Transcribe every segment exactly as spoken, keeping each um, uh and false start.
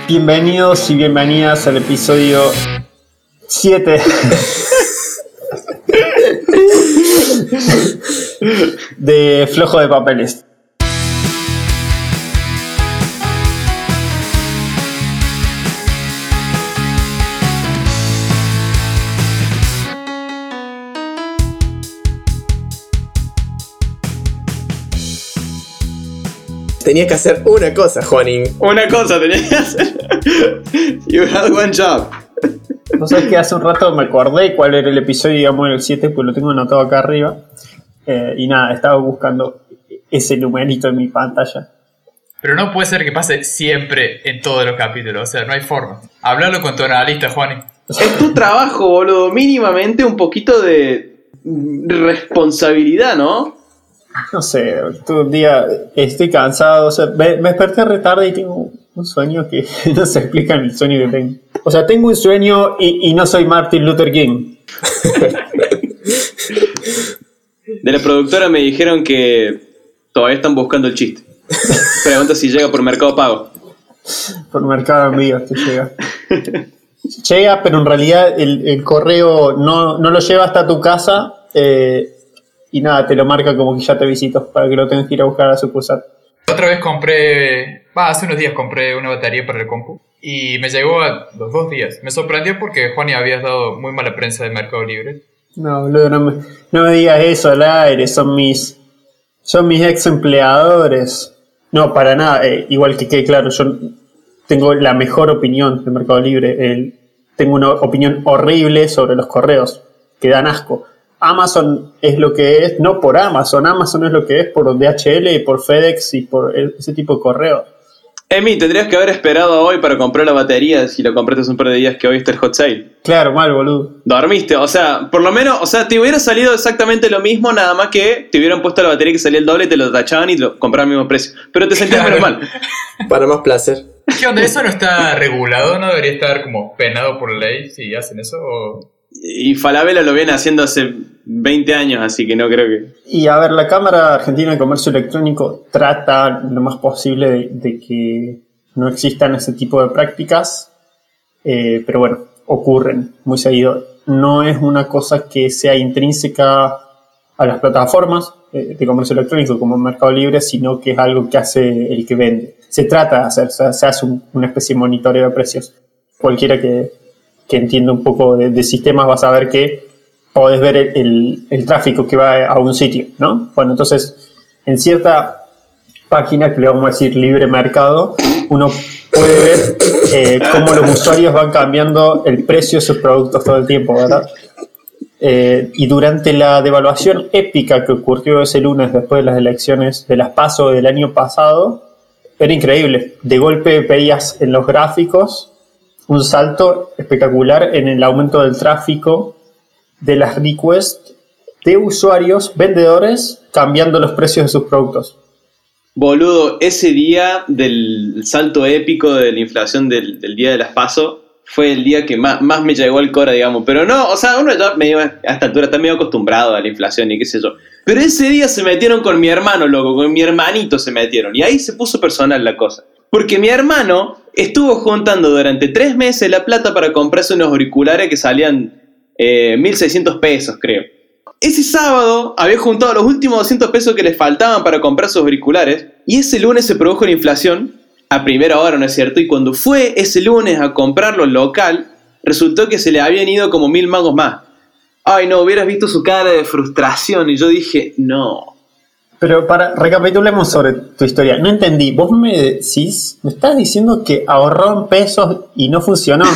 Bienvenidos y bienvenidas al episodio siete de Flojo de Papeles. Tenías que hacer una cosa, Juanín. Una cosa tenías que hacer. You had one job. Vos sabés que hace un rato me acordé cuál era el episodio, digamos, el siete, pues lo tengo anotado acá arriba. Eh, y nada, estaba buscando ese numerito en mi pantalla. Pero no puede ser que pase siempre en todos los capítulos, o sea, no hay forma. Hablalo con tu analista, Juani. Es tu trabajo, boludo. Mínimamente un poquito de responsabilidad, ¿no? No sé, todo un día estoy cansado, o sea, me, me desperté re tarde y tengo un sueño que no se explica en el sueño que tengo. O sea, tengo un sueño y, y no soy Martin Luther King. De la productora me dijeron que todavía están buscando el chiste. Pregunta si llega por Mercado Pago. Por Mercado Envío te llega. Llega, pero en realidad el, el correo no, no lo lleva hasta tu casa. Eh, Y nada, te lo marca como que ya te visito para que lo tengas que ir a buscar a la sucursal. Otra vez compré, va, hace unos días compré una batería para el compu y me llegó a los dos días. Me sorprendió porque Juani habías dado muy mala prensa de Mercado Libre. No, boludo, no me, no me digas eso al aire, son mis, son mis ex empleadores. No, para nada, eh, igual que quede claro, yo tengo la mejor opinión de Mercado Libre. El, tengo una opinión horrible sobre los correos, que dan asco. Amazon es lo que es, no por Amazon, Amazon es lo que es por D H L y por FedEx y por ese tipo de correo. Emi, tendrías que haber esperado hoy para comprar la batería si lo compraste hace un par de días que hoy está el hot sale. Claro, mal, boludo. Dormiste, o sea, por lo menos, o sea, te hubiera salido exactamente lo mismo, nada más que te hubieran puesto la batería que salía el doble y te lo tachaban y te lo compraban al mismo precio. Pero te sentías Claro. menos mal. Para más placer. ¿Qué onda? ¿Eso no está regulado? ¿No debería estar como penado por ley si hacen eso? ¿O? Y Falabella lo viene haciendo hace veinte años, así que no creo que... Y a ver, la Cámara Argentina de Comercio Electrónico trata lo más posible de, de que no existan ese tipo de prácticas, eh, pero bueno, ocurren muy seguido. No es una cosa que sea intrínseca a las plataformas eh, de comercio electrónico como Mercado Libre, sino que es algo que hace el que vende. Se trata de hacer, o sea, se hace un, una especie de monitoreo de precios. Cualquiera que, que entienda un poco de, de sistemas va a saber que podés ver el, el, el tráfico que va a un sitio, ¿no? Bueno, entonces, en cierta página que le vamos a decir libre mercado, uno puede ver eh, cómo los usuarios van cambiando el precio de sus productos todo el tiempo, ¿verdad? Eh, y durante la devaluación épica que ocurrió ese lunes después de las elecciones de las PASO del año pasado, era increíble. De golpe veías en los gráficos un salto espectacular en el aumento del tráfico de las requests de usuarios, vendedores, cambiando los precios de sus productos. Boludo, ese día del salto épico de la inflación del, del día de las PASO fue el día que más, más me llegó al cora, digamos. Pero no, o sea, uno ya medio, a esta altura está medio acostumbrado a la inflación y qué sé yo. Pero ese día se metieron con mi hermano, loco, con mi hermanito se metieron. Y ahí se puso personal la cosa. Porque mi hermano estuvo juntando durante tres meses la plata para comprarse unos auriculares que salían eh, mil seiscientos pesos, creo. Ese sábado había juntado los últimos doscientos pesos que le faltaban para comprar sus auriculares. Y ese lunes se produjo la inflación a primera hora, ¿no es cierto? Y cuando fue ese lunes a comprarlo local, resultó que se le habían ido como mil mangos más. Ay, no, hubieras visto su cara de frustración. Y yo dije, no. Pero para, recapitulemos sobre tu historia. No entendí. Vos me decís, me estás diciendo que ahorró en pesos y no funcionó.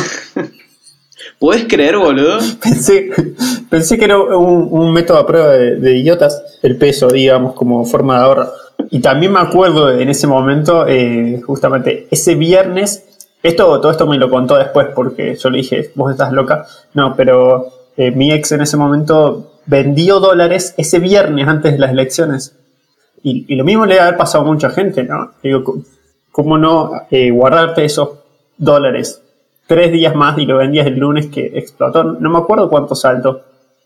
¿Podés creer, boludo? Pensé, pensé que era un, un método a prueba de, de idiotas, el peso, digamos, como forma de ahorro. Y también me acuerdo en ese momento, eh, justamente ese viernes, esto, todo esto me lo contó después porque yo le dije, vos estás loca. No, pero eh, mi ex en ese momento vendió dólares ese viernes antes de las elecciones. Y, y lo mismo le debe haber pasado a mucha gente, ¿no? Digo, ¿cómo no eh, guardarte esos dólares tres días más y lo vendías el lunes que explotó? No me acuerdo cuánto saltó.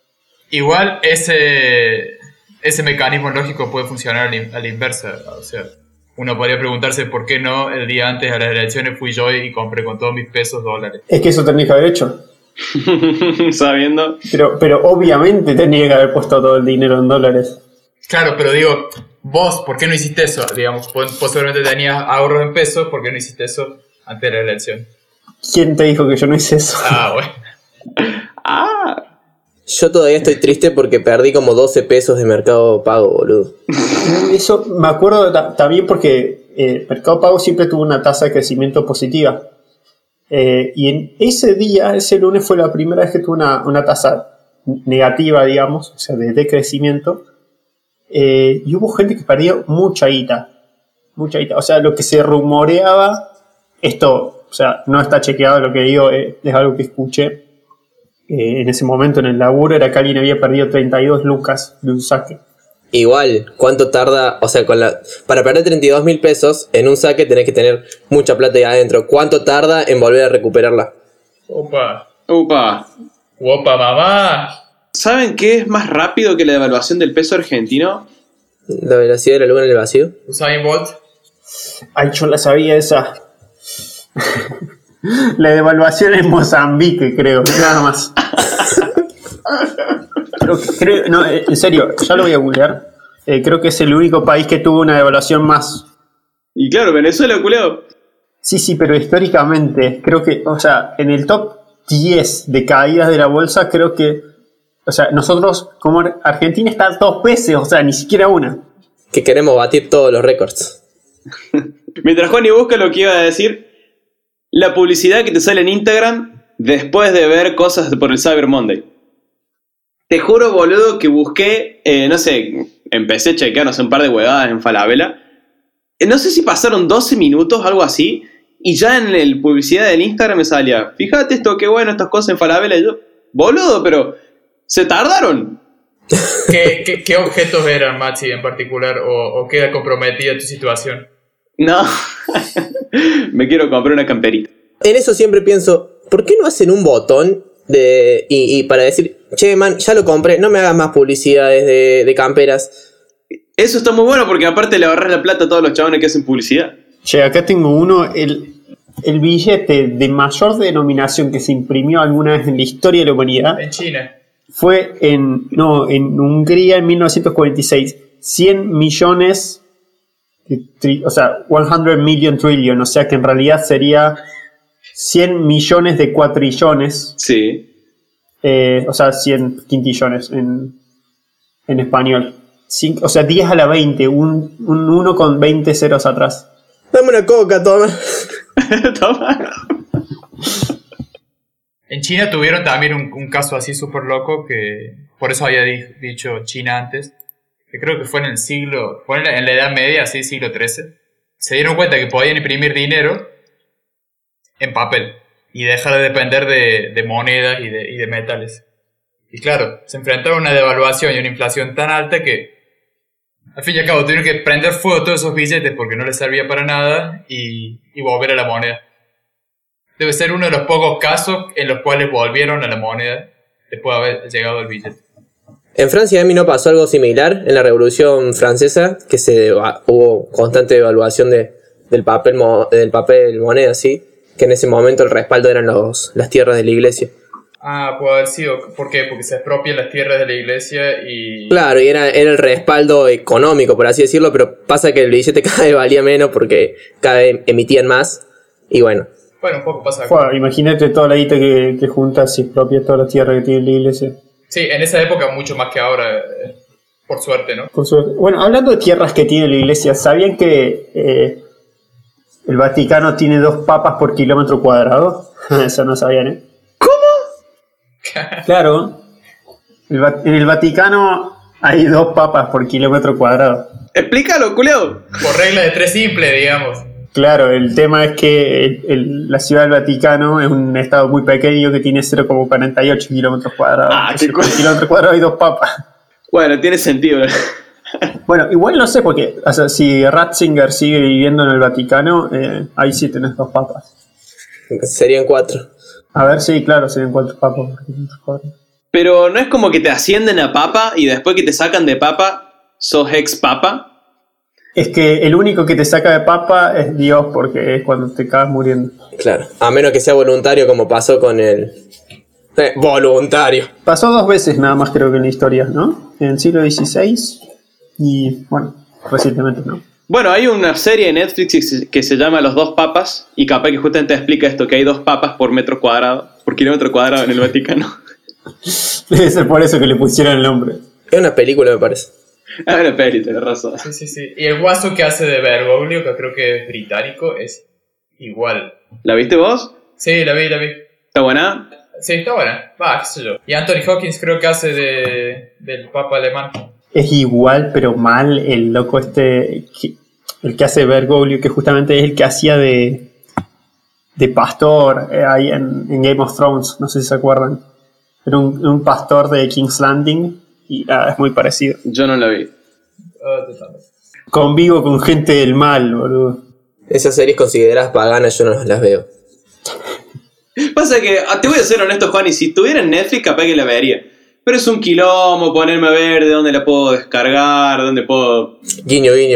Igual ese, ese mecanismo lógico puede funcionar a la inversa. O sea, uno podría preguntarse por qué no el día antes de las elecciones fui yo y compré con todos mis pesos dólares. Es que eso tenés que haber hecho. Sabiendo. Pero, pero obviamente tenía que haber puesto todo el dinero en dólares. Claro, pero digo, vos, ¿por qué no hiciste eso? Digamos, posiblemente tenías ahorros en pesos, ¿por qué no hiciste eso antes de la elección? ¿Quién te dijo que yo no hice eso? Ah, bueno. Ah. Yo todavía estoy triste porque perdí como doce pesos de Mercado Pago, boludo. Eso me acuerdo ta- también porque eh, Mercado Pago siempre tuvo una tasa de crecimiento positiva. Eh, y en ese día, ese lunes, fue la primera vez que tuvo una, una tasa negativa, digamos, o sea, de decrecimiento. Eh, y hubo gente que perdió mucha guita. Mucha guita. O sea, lo que se rumoreaba, esto, o sea, no está chequeado lo que digo, eh, es algo que escuché. Eh, en ese momento en el laburo era que alguien había perdido treinta y dos lucas de un saque. Igual, ¿cuánto tarda? O sea, con la para perder treinta y dos mil pesos en un saque tenés que tener mucha plata ahí adentro. ¿Cuánto tarda en volver a recuperarla? Opa. Upa. Opa, mamá. ¿Saben qué es más rápido que la devaluación del peso argentino? ¿La velocidad de la luna en el vacío? Usain Bolt. Ay, yo la sabía esa. La devaluación en Mozambique, creo, nada más. Creo, creo, no, en serio, ya lo voy a googlear. Eh, creo que es el único país que tuvo una devaluación más. Y claro, Venezuela, culeo. Sí, sí, pero históricamente, creo que, o sea, en el top diez de caídas de la bolsa, creo que, o sea, nosotros como Argentina está dos veces, o sea, ni siquiera una. Que queremos batir todos los récords. Mientras Juan y busca lo que iba a decir, la publicidad que te sale en Instagram después de ver cosas por el Cyber Monday. Te juro, boludo, que busqué, eh, no sé, empecé a chequear, no sé, un par de huevadas en Falabella. Eh, no sé si pasaron doce minutos, algo así, y ya en la publicidad del Instagram me salía, fíjate esto, qué bueno, estas cosas en Falabella. Y yo, boludo, pero se tardaron. ¿Qué, qué, qué objetos eran, Maxi, en particular? ¿O, o qué comprometía tu situación? No, me quiero comprar una camperita. En eso siempre pienso, ¿por qué no hacen un botón de y, y para decir, che, man, ya lo compré, no me hagas más publicidades de, de camperas? Eso está muy bueno porque aparte le ahorras la plata a todos los chabones que hacen publicidad. Che, acá tengo uno, el, el billete de mayor denominación que se imprimió alguna vez en la historia de la humanidad. En China. Fue en, no, en Hungría en mil novecientos cuarenta y seis. cien millones, de tri, o sea, cien million trillion, o sea que en realidad sería cien millones de cuatrillones. Sí. Eh, o sea, cien quintillones en, en español. Cin, o sea, diez a la veinte, un, un uno con veinte ceros atrás. Dame una coca, toma. Toma. En China tuvieron también un, un caso así súper loco que por eso había di, dicho China antes, que creo que fue en el siglo, fue en la, en la Edad Media, así, siglo trece. Se dieron cuenta que podían imprimir dinero en papel y dejar de depender de, de monedas y de, y de metales. Y claro, se enfrentaron a una devaluación y una inflación tan alta que al fin y al cabo tuvieron que prender fuego a todos esos billetes porque no les servía para nada y, y volver a la moneda. Debe ser uno de los pocos casos en los cuales volvieron a la moneda después de haber llegado el billete. En Francia a mí no pasó algo similar en la Revolución Francesa, que se deva- hubo constante devaluación de, del papel mo- del papel moneda, sí, que en ese momento el respaldo eran los, las tierras de la iglesia. Ah, puede haber sido. ¿Por qué? Porque se expropian las tierras de la iglesia y... Claro, y era, era el respaldo económico, por así decirlo, pero pasa que el billete cada vez valía menos porque cada vez emitían más, y bueno. Bueno, un poco pasa. Fua, imagínate toda la guita que, que juntas y propias toda la tierra que tiene la iglesia. Sí, en esa época mucho más que ahora, eh, por suerte, ¿no? Por suerte. Bueno, hablando de tierras que tiene la iglesia, ¿sabían que eh, el Vaticano tiene dos papas por kilómetro cuadrado? Eso no sabían, ¿eh? Claro. El Va- en el Vaticano hay dos papas por kilómetro cuadrado. Explícalo, culeo. Por regla de tres simple, digamos. Claro, el tema es que el- el- la ciudad del Vaticano es un estado muy pequeño que tiene cero coma cuarenta y ocho kilómetros cuadrados. Ah, Entonces, qué por co- kilómetro cuadrado hay dos papas. Bueno, tiene sentido. Bueno, igual no sé, porque o sea, si Ratzinger sigue viviendo en el Vaticano, eh, ahí sí tenés dos papas. Serían cuatro. A ver, sí, claro, serían cuatro papas por kilómetro cuadrado. Pero no es como que te ascienden a papa y después que te sacan de papa, sos ex papa. Es que el único que te saca de papa es Dios, porque es cuando te cagas muriendo. Claro, a menos que sea voluntario como pasó con el... Eh, voluntario. Pasó dos veces nada más creo que en la historia, ¿no? En el siglo dieciséis y, bueno, recientemente, ¿no? Bueno, hay una serie en Netflix que se llama Los dos papas, y capaz que justamente explica esto, que hay dos papas por metro cuadrado, por kilómetro cuadrado en el Vaticano. Debe ser por eso que le pusieron el nombre. Es una película, me parece. Ah, una peli, tenés razón. Sí, sí, sí. Y el guaso que hace de Bergoglio, que creo que es británico, es igual. ¿La viste vos? Sí, la vi, la vi. ¿Está buena? Sí, está buena. Va, qué sé yo. Y Anthony Hopkins creo que hace de del papa alemán. Es igual, pero mal, el loco este, que, el que hace Bergoglio, que justamente es el que hacía de, de pastor eh, ahí en, en Game of Thrones, no sé si se acuerdan. Era un, un pastor de King's Landing y ah, es muy parecido. Yo no la vi. Oh, totalmente. Convivo con gente del mal, boludo. Esas series consideradas paganas yo no las veo. Pasa que, te voy a ser honesto, Juan, y si estuviera en Netflix capaz que la vería. Pero es un quilombo ponerme a ver de dónde la puedo descargar, dónde puedo... Guiño, guiño.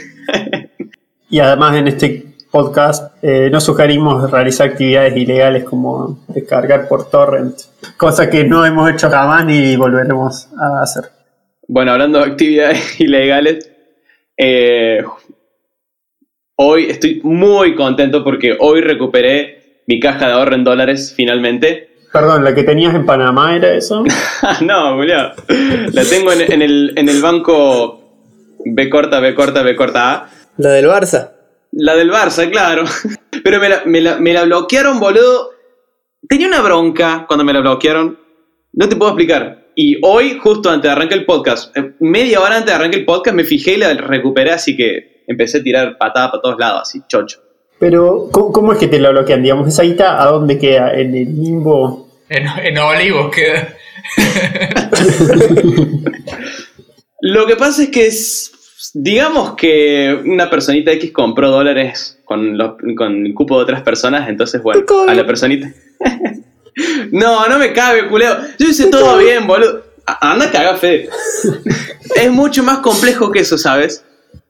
Y además en este podcast eh, no sugerimos realizar actividades ilegales como descargar por torrent, cosa que no hemos hecho jamás ni volveremos a hacer. Bueno, hablando de actividades ilegales, eh, hoy estoy muy contento porque hoy recuperé mi caja de ahorro en dólares finalmente. Perdón, ¿la que tenías en Panamá era eso? No, Julián. La tengo en, en, el, en el banco B corta, B corta, B corta A. ¿La del Barça? La del Barça, claro. Pero me la, me la, me la bloquearon, boludo. Tenía una bronca cuando me la bloquearon. No te puedo explicar. Y hoy, justo antes de arrancar el podcast, media hora antes de arrancar el podcast, me fijé y la recuperé, así que empecé a tirar patadas para todos lados, así, chocho. Pero, ¿cómo, cómo es que te la bloquean? Digamos, ¿esa guita a dónde queda? ¿En el limbo? En, en Olivos queda. Lo que pasa es que es, digamos que una personita X compró dólares con, los, con el cupo de otras personas, entonces bueno, a la personita... No, no me cabe, culeo. Yo hice todo bien, boludo. Anda a cagar, Fede. Es mucho más complejo que eso, ¿sabes?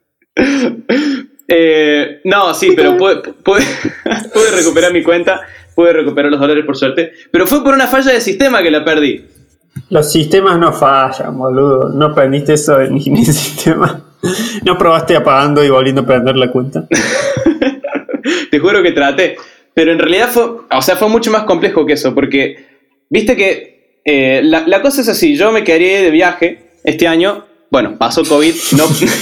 Eh, no, sí, pero pude, pude, pude recuperar mi cuenta. Pude recuperar los dólares por suerte. Pero fue por una falla de sistema que la perdí. Los sistemas no fallan, boludo. No aprendiste eso en ningún sistema. No probaste apagando y volviendo a prender la cuenta. Te juro que traté. Pero en realidad fue, o sea, fue mucho más complejo que eso, porque viste que eh, la, la cosa es así, yo me quedaría de viaje este año, bueno, pasó COVID, no...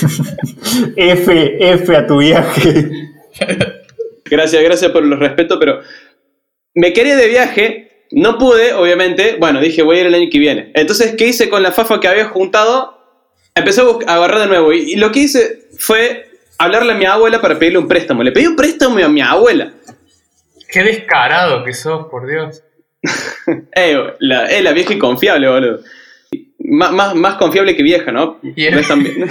F, F a tu viaje. Gracias, gracias por los respetos, pero me quería de viaje, no pude, obviamente, bueno, dije voy a ir el año que viene. Entonces, ¿qué hice con la fafa que había juntado? Empecé a, buscar, a agarrar de nuevo, y, y lo que hice fue hablarle a mi abuela para pedirle un préstamo. Le pedí un préstamo a mi abuela. Qué descarado que sos, por Dios. eh, la, eh, la vieja y confiable, boludo. Más, más, más confiable que vieja, ¿no? ¿Y no es tan bien.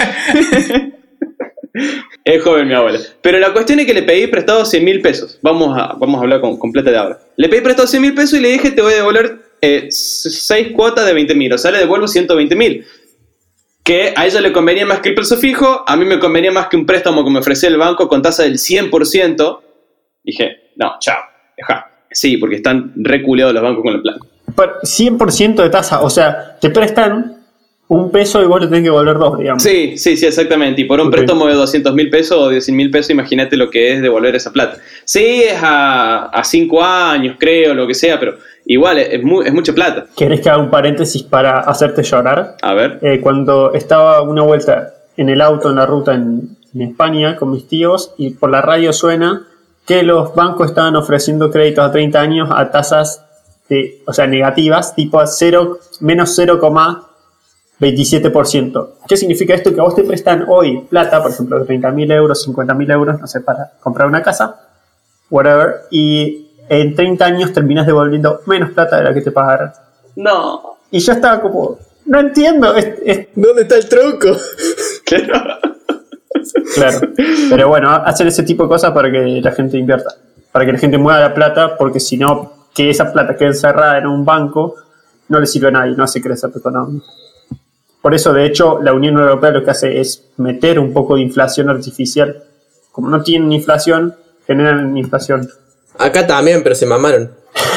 Es joven mi abuela. Pero la cuestión es que le pedí prestado cien mil pesos. Vamos a, vamos a hablar con, con plata de ahora. Le pedí prestado cien mil pesos y le dije te voy a devolver eh, seis cuotas de veinte mil. O sea, le devuelvo ciento veinte mil. Que a ella le convenía más que el precio fijo. A mí me convenía más que un préstamo que me ofrecía el banco con tasa del cien por ciento. Dije, no, chao, deja. Sí, porque están reculeados los bancos con la plata. cien por ciento de tasa, o sea, te prestan un peso y vos le tenés que devolver dos, digamos. Sí, sí, sí, exactamente. Y por un okay. préstamo de doscientos mil pesos o de cien mil pesos, imagínate lo que es devolver esa plata. Sí, es a, a cinco años, creo, lo que sea, pero igual es, muy, es mucha plata. ¿Querés que haga un paréntesis para hacerte llorar? A ver. Eh, cuando estaba una vuelta en el auto en la ruta en, en España con mis tíos y por la radio suena que los bancos estaban ofreciendo créditos a treinta años a tasas de, o sea, negativas, tipo a cero, menos cero coma veintisiete por ciento. ¿Qué significa esto? Que a vos te prestan hoy plata, por ejemplo, de treinta mil euros, cincuenta mil euros, no sé, para comprar una casa, whatever, y en treinta años terminas devolviendo menos plata de la que te pagaron. No. Y yo estaba como, no entiendo. Es, es... ¿Dónde está el tronco? Claro. Claro, pero bueno, hacen ese tipo de cosas para que la gente invierta, para que la gente mueva la plata, porque si no, que esa plata quede encerrada en un banco no le sirve a nadie, no hace crecer tu economía. Por eso, de hecho, la Unión Europea lo que hace es meter un poco de inflación artificial. Como no tienen inflación, generan inflación. Acá también, pero se mamaron.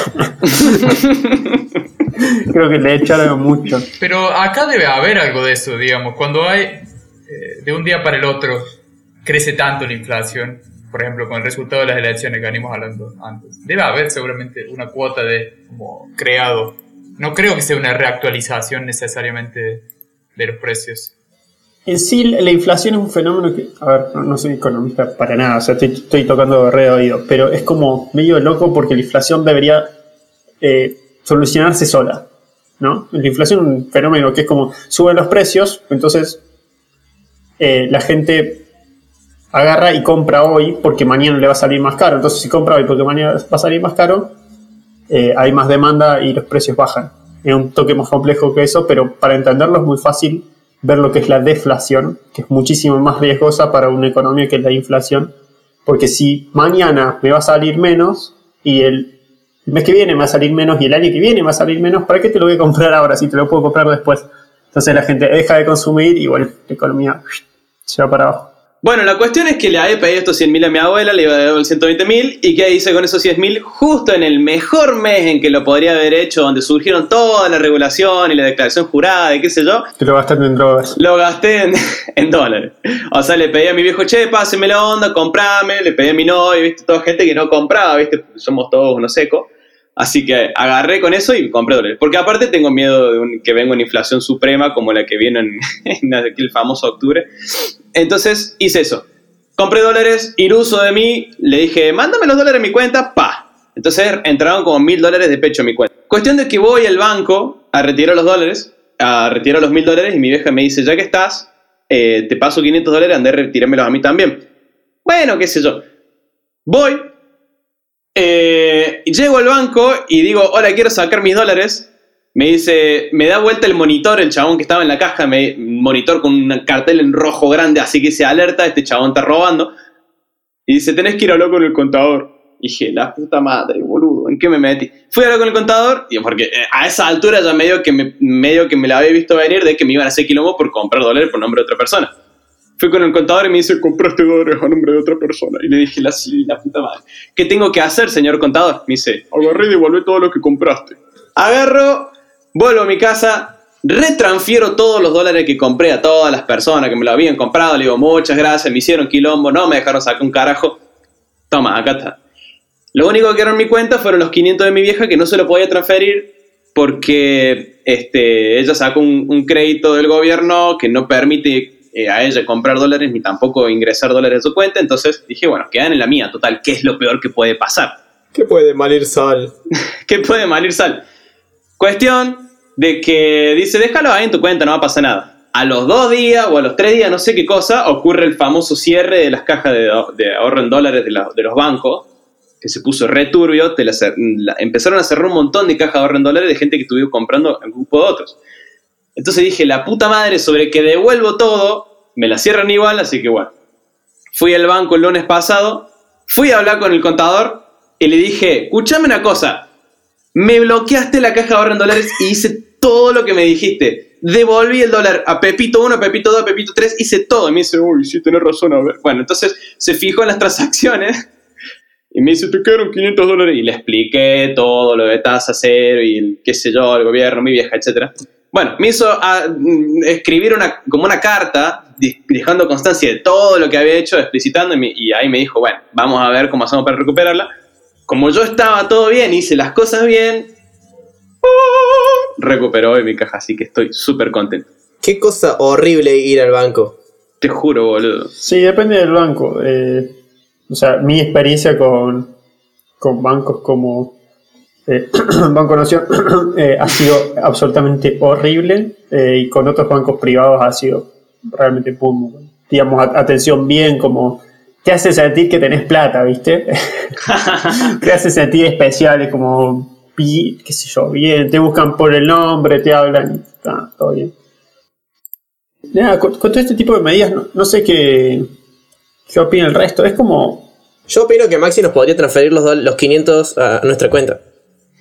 Creo que le echaron mucho. Pero acá debe haber algo de eso, digamos. Cuando hay, eh, de un día para el otro, crece tanto la inflación, por ejemplo, con el resultado de las elecciones que venimos hablando antes, debe haber seguramente una cuota de como creado. No creo que sea una reactualización necesariamente de los precios. En sí, la inflación es un fenómeno que, a ver, no, no soy economista para nada, o sea, estoy, estoy tocando re de oído, pero es como medio loco porque la inflación debería eh, solucionarse sola, ¿no? La inflación es un fenómeno que es como suben los precios, entonces eh, la gente agarra y compra hoy porque mañana le va a salir más caro, entonces si compra hoy porque mañana va a salir más caro, eh, hay más demanda y los precios bajan. Es un toque más complejo que eso, pero para entenderlo es muy fácil ver lo que es la deflación, que es muchísimo más riesgosa para una economía que la inflación, porque si mañana me va a salir menos y el, el mes que viene me va a salir menos y el año que viene me va a salir menos, ¿para qué te lo voy a comprar ahora si te lo puedo comprar después? Entonces la gente deja de consumir y bueno, la economía se va para abajo. Bueno, la cuestión es que le había pedido estos cien mil a mi abuela, le iba a dar el ciento veinte mil, y ¿qué hice con esos cien mil? Justo en el mejor mes en que lo podría haber hecho, donde surgieron toda la regulación y la declaración jurada y qué sé yo. Te lo gastaste en drogas. Lo gasté en, en dólares. O sea, le pedí a mi viejo, che, páseme la onda, comprame, le pedí a mi novio, viste, toda gente que no compraba, viste, somos todos unos secos. Así que agarré con eso y compré dólares. Porque aparte tengo miedo de un, que venga una inflación suprema como la que vino en, en aquel famoso octubre. Entonces hice eso. Compré dólares, iluso de mí, le dije, mándame los dólares a mi cuenta, pa. Entonces entraron como mil dólares de pecho a mi cuenta. Cuestión de que voy al banco a retirar los dólares, a retirar los mil dólares y mi vieja me dice, ya que estás, eh, te paso quinientos dólares, andé a retirármelos a mí también. Bueno, qué sé yo. Voy. Eh, llego al banco y digo, hola, quiero sacar mis dólares. Me dice, me da vuelta el monitor, el chabón que estaba en la caja, me, un monitor con un cartel en rojo grande, así que se alerta, este chabón está robando. Y dice, tenés que ir a hablar con el contador. Y dije, la puta madre, boludo, ¿en qué me metí? Fui a hablar con el contador, y porque a esa altura ya medio que me, medio que me la había visto venir de que me iban a hacer quilombo por comprar dólares por nombre de otra persona. Fui con el contador y me dice, compraste dólares a nombre de otra persona. Y le dije, la, sí, la puta madre. ¿Qué tengo que hacer, señor contador? Me dice, agarré y devolvé todo lo que compraste. Agarro, vuelvo a mi casa, retransfiero todos los dólares que compré a todas las personas que me lo habían comprado. Le digo, muchas gracias, me hicieron quilombo, no me dejaron sacar un carajo. Toma, acá está. Lo único que quedó en mi cuenta fueron los quinientos de mi vieja que no se lo podía transferir porque este, ella sacó un, un crédito del gobierno que no permite eh, a ella comprar dólares ni tampoco ingresar dólares a su cuenta. Entonces dije, bueno, quedan en la mía, total, ¿qué es lo peor que puede pasar? ¿Qué puede mal ir sal? ¿Qué puede mal ir sal? Cuestión de que dice, déjalo ahí en tu cuenta, no va a pasar nada. A los dos días o a los tres días, no sé qué cosa, ocurre el famoso cierre de las cajas de, de ahorro en dólares de, la, de los bancos, que se puso re turbio. Te la, la, empezaron a cerrar un montón de cajas de ahorro en dólares de gente que estuvo comprando en grupo de otros. Entonces dije, la puta madre, sobre que devuelvo todo, me la cierran igual, así que bueno. Fui al banco el lunes pasado, fui a hablar con el contador y le dije, escúchame una cosa, me bloqueaste la caja de ahorro en dólares y hice todo lo que me dijiste. Devolví el dólar a Pepito uno, a Pepito dos, a Pepito tres, hice todo. Y me dice, uy, sí, tenés razón, a ver. Bueno, entonces se fijó en las transacciones y me dice, te quedaron quinientos dólares. Y le expliqué todo lo de tasa cero y el, qué sé yo, el gobierno, mi vieja, etcétera. Bueno, me hizo a, escribir una, como una carta dejando constancia de todo lo que había hecho, explicitando, y, me, y ahí me dijo, bueno, vamos a ver cómo hacemos para recuperarla. Como yo estaba todo bien, hice las cosas bien, recuperó mi caja, así que estoy súper contento. Qué cosa horrible ir al banco. Te juro, boludo. Sí, depende del banco. Eh, o sea, mi experiencia con, con bancos como eh, Banco Nación eh, ha sido absolutamente horrible, eh, y con otros bancos privados ha sido realmente, pum, digamos, atención bien, como te hace sentir que tenés plata, ¿viste? Te hace sentir especiales, como, qué sé yo, bien, te buscan por el nombre, te hablan, ah, todo bien. Nada, con, con todo este tipo de medidas, no, no sé qué, qué opina el resto, es como... Yo opino que Maxi nos podría transferir los, los quinientos a nuestra cuenta.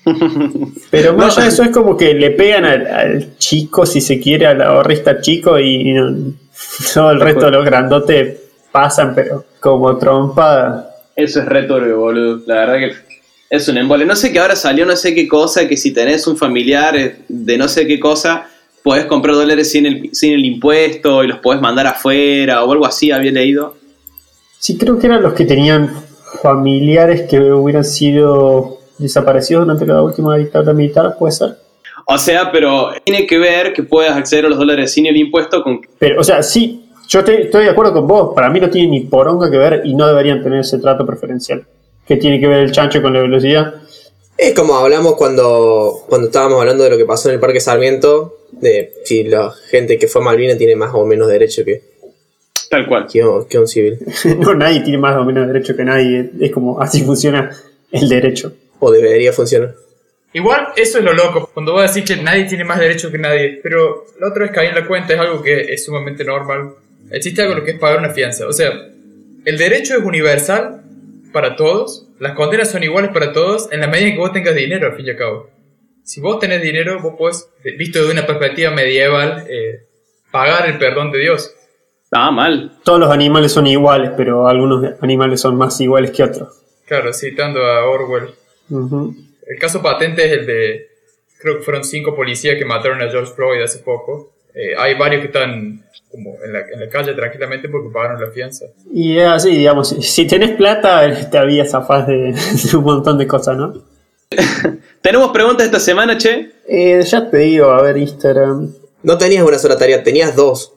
Pero más allá de eso es como que le pegan al, al chico, si se quiere, al ahorrista chico y, y no, todo el resto de los grandotes pasan, pero como trompada. Eso es re turbio, boludo. La verdad que es un embole. No sé que ahora salió no sé qué cosa, que si tenés un familiar de no sé qué cosa, podés comprar dólares sin el, sin el impuesto y los podés mandar afuera o algo así, había leído. Sí, creo que eran los que tenían familiares que hubieran sido desaparecidos durante la última dictadura militar, ¿puede ser? O sea, pero tiene que ver que puedas acceder a los dólares sin el impuesto con... Pero, o sea, sí, yo te, estoy de acuerdo con vos. Para mí no tiene ni poronga que ver y no deberían tener ese trato preferencial. ¿Qué tiene que ver el chancho con la velocidad? Es como hablamos cuando, cuando estábamos hablando de lo que pasó en el Parque Sarmiento, de si la gente que fue a Malvinas tiene más o menos derecho que, Tal cual. que, que un civil. No, nadie tiene más o menos derecho que nadie. Es como así funciona el derecho. O debería funcionar. Igual, eso es lo loco, cuando vos decís que nadie tiene más derecho que nadie, pero la otra vez caí en la cuenta, es algo que es sumamente normal. Existe algo lo que es pagar una fianza. O sea, el derecho es universal para todos, las condenas son iguales para todos, en la medida en que vos tengas dinero, al fin y al cabo. Si vos tenés dinero, vos podés, visto de una perspectiva medieval, eh, pagar el perdón de Dios. Ah, mal. Todos los animales son iguales, pero algunos animales son más iguales que otros. Claro, citando a Orwell. Uh-huh. El caso patente es el de, creo que fueron cinco policías que mataron a George Floyd hace poco. Eh, hay varios que están como en la, en la calle tranquilamente porque pagaron la fianza. Y es así, digamos, si tenés plata, te había zafás de, de un montón de cosas, ¿no? ¿Tenemos preguntas esta semana, che? Eh, ya te digo, a ver, Instagram. No tenías una sola tarea, tenías dos.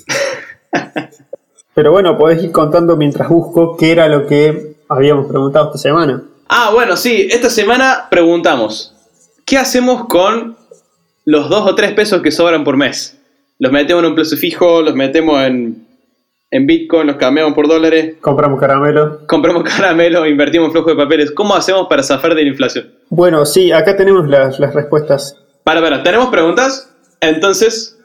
Pero bueno, podés ir contando mientras busco qué era lo que habíamos preguntado esta semana. Ah, bueno, sí, esta semana preguntamos, ¿qué hacemos con los dos o tres pesos que sobran por mes? ¿Los metemos en un plazo fijo? ¿Los metemos en, en Bitcoin? ¿Los cambiamos por dólares? Compramos caramelo. ¿Compramos caramelo? ¿Invertimos en flujo de papeles? ¿Cómo hacemos para zafar de la inflación? Bueno, sí, acá tenemos las, las respuestas. Para, para, ¿tenemos preguntas? Entonces...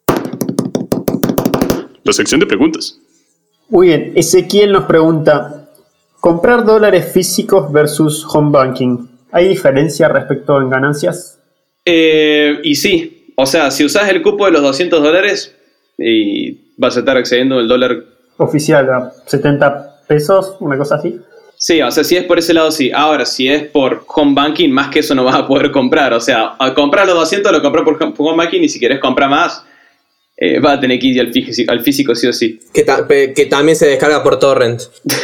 La sección de preguntas. Muy bien, Ezequiel nos pregunta, ¿comprar dólares físicos versus home banking? ¿Hay diferencia respecto en ganancias? Eh, y sí, o sea, si usás el cupo de los doscientos dólares y vas a estar accediendo al dólar... Oficial a setenta pesos, una cosa así. Sí, o sea, si es por ese lado, sí. Ahora, si es por home banking, más que eso no vas a poder comprar. O sea, al comprar los doscientos lo compras por home banking y si querés comprar más, eh, vas a tener que ir al físico, al físico sí o sí. Que, ta- que también se descarga por torrent.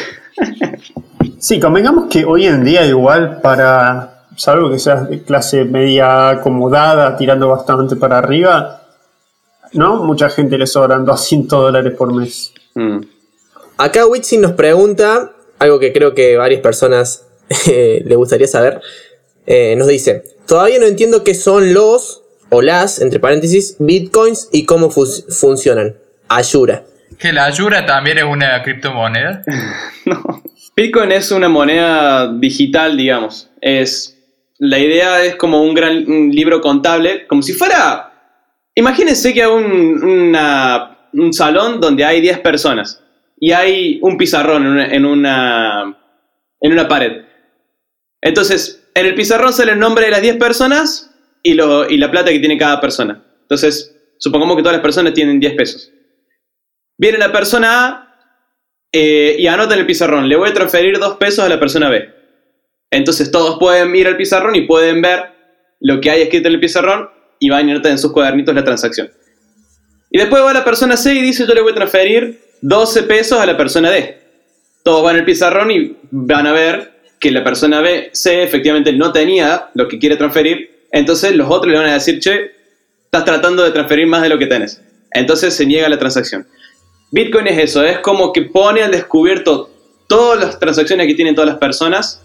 Sí, convengamos que hoy en día igual para, salvo que seas de clase media acomodada, tirando bastante para arriba, ¿no? Mucha gente le sobran doscientos dólares por mes. Mm. Acá Witsin nos pregunta, algo que creo que varias personas eh, le gustaría saber. Eh, nos dice, todavía no entiendo qué son los, o las, entre paréntesis, bitcoins y cómo fu- funcionan. Ayura. ¿Que la Ayura también es una criptomoneda? No. Bitcoin es una moneda digital, digamos. Es, la idea es como un gran un libro contable, como si fuera... Imagínense que hay un, una, un salón donde hay diez personas y hay un pizarrón en una, en una, en una pared. Entonces, en el pizarrón sale el nombre de las diez personas y, lo, y la plata que tiene cada persona. Entonces, supongamos que todas las personas tienen diez pesos. Viene la persona A eh, y anota en el pizarrón, le voy a transferir dos pesos a la persona B. Entonces todos pueden ir al pizarrón y pueden ver lo que hay escrito en el pizarrón y van a anotar en sus cuadernitos la transacción. Y después va la persona C y dice, yo le voy a transferir doce pesos a la persona D. Todos van al pizarrón y van a ver que la persona B, C efectivamente no tenía lo que quiere transferir. Entonces los otros le van a decir, che, estás tratando de transferir más de lo que tenés. Entonces se niega la transacción. Bitcoin es eso, es como que pone al descubierto todas las transacciones que tienen todas las personas,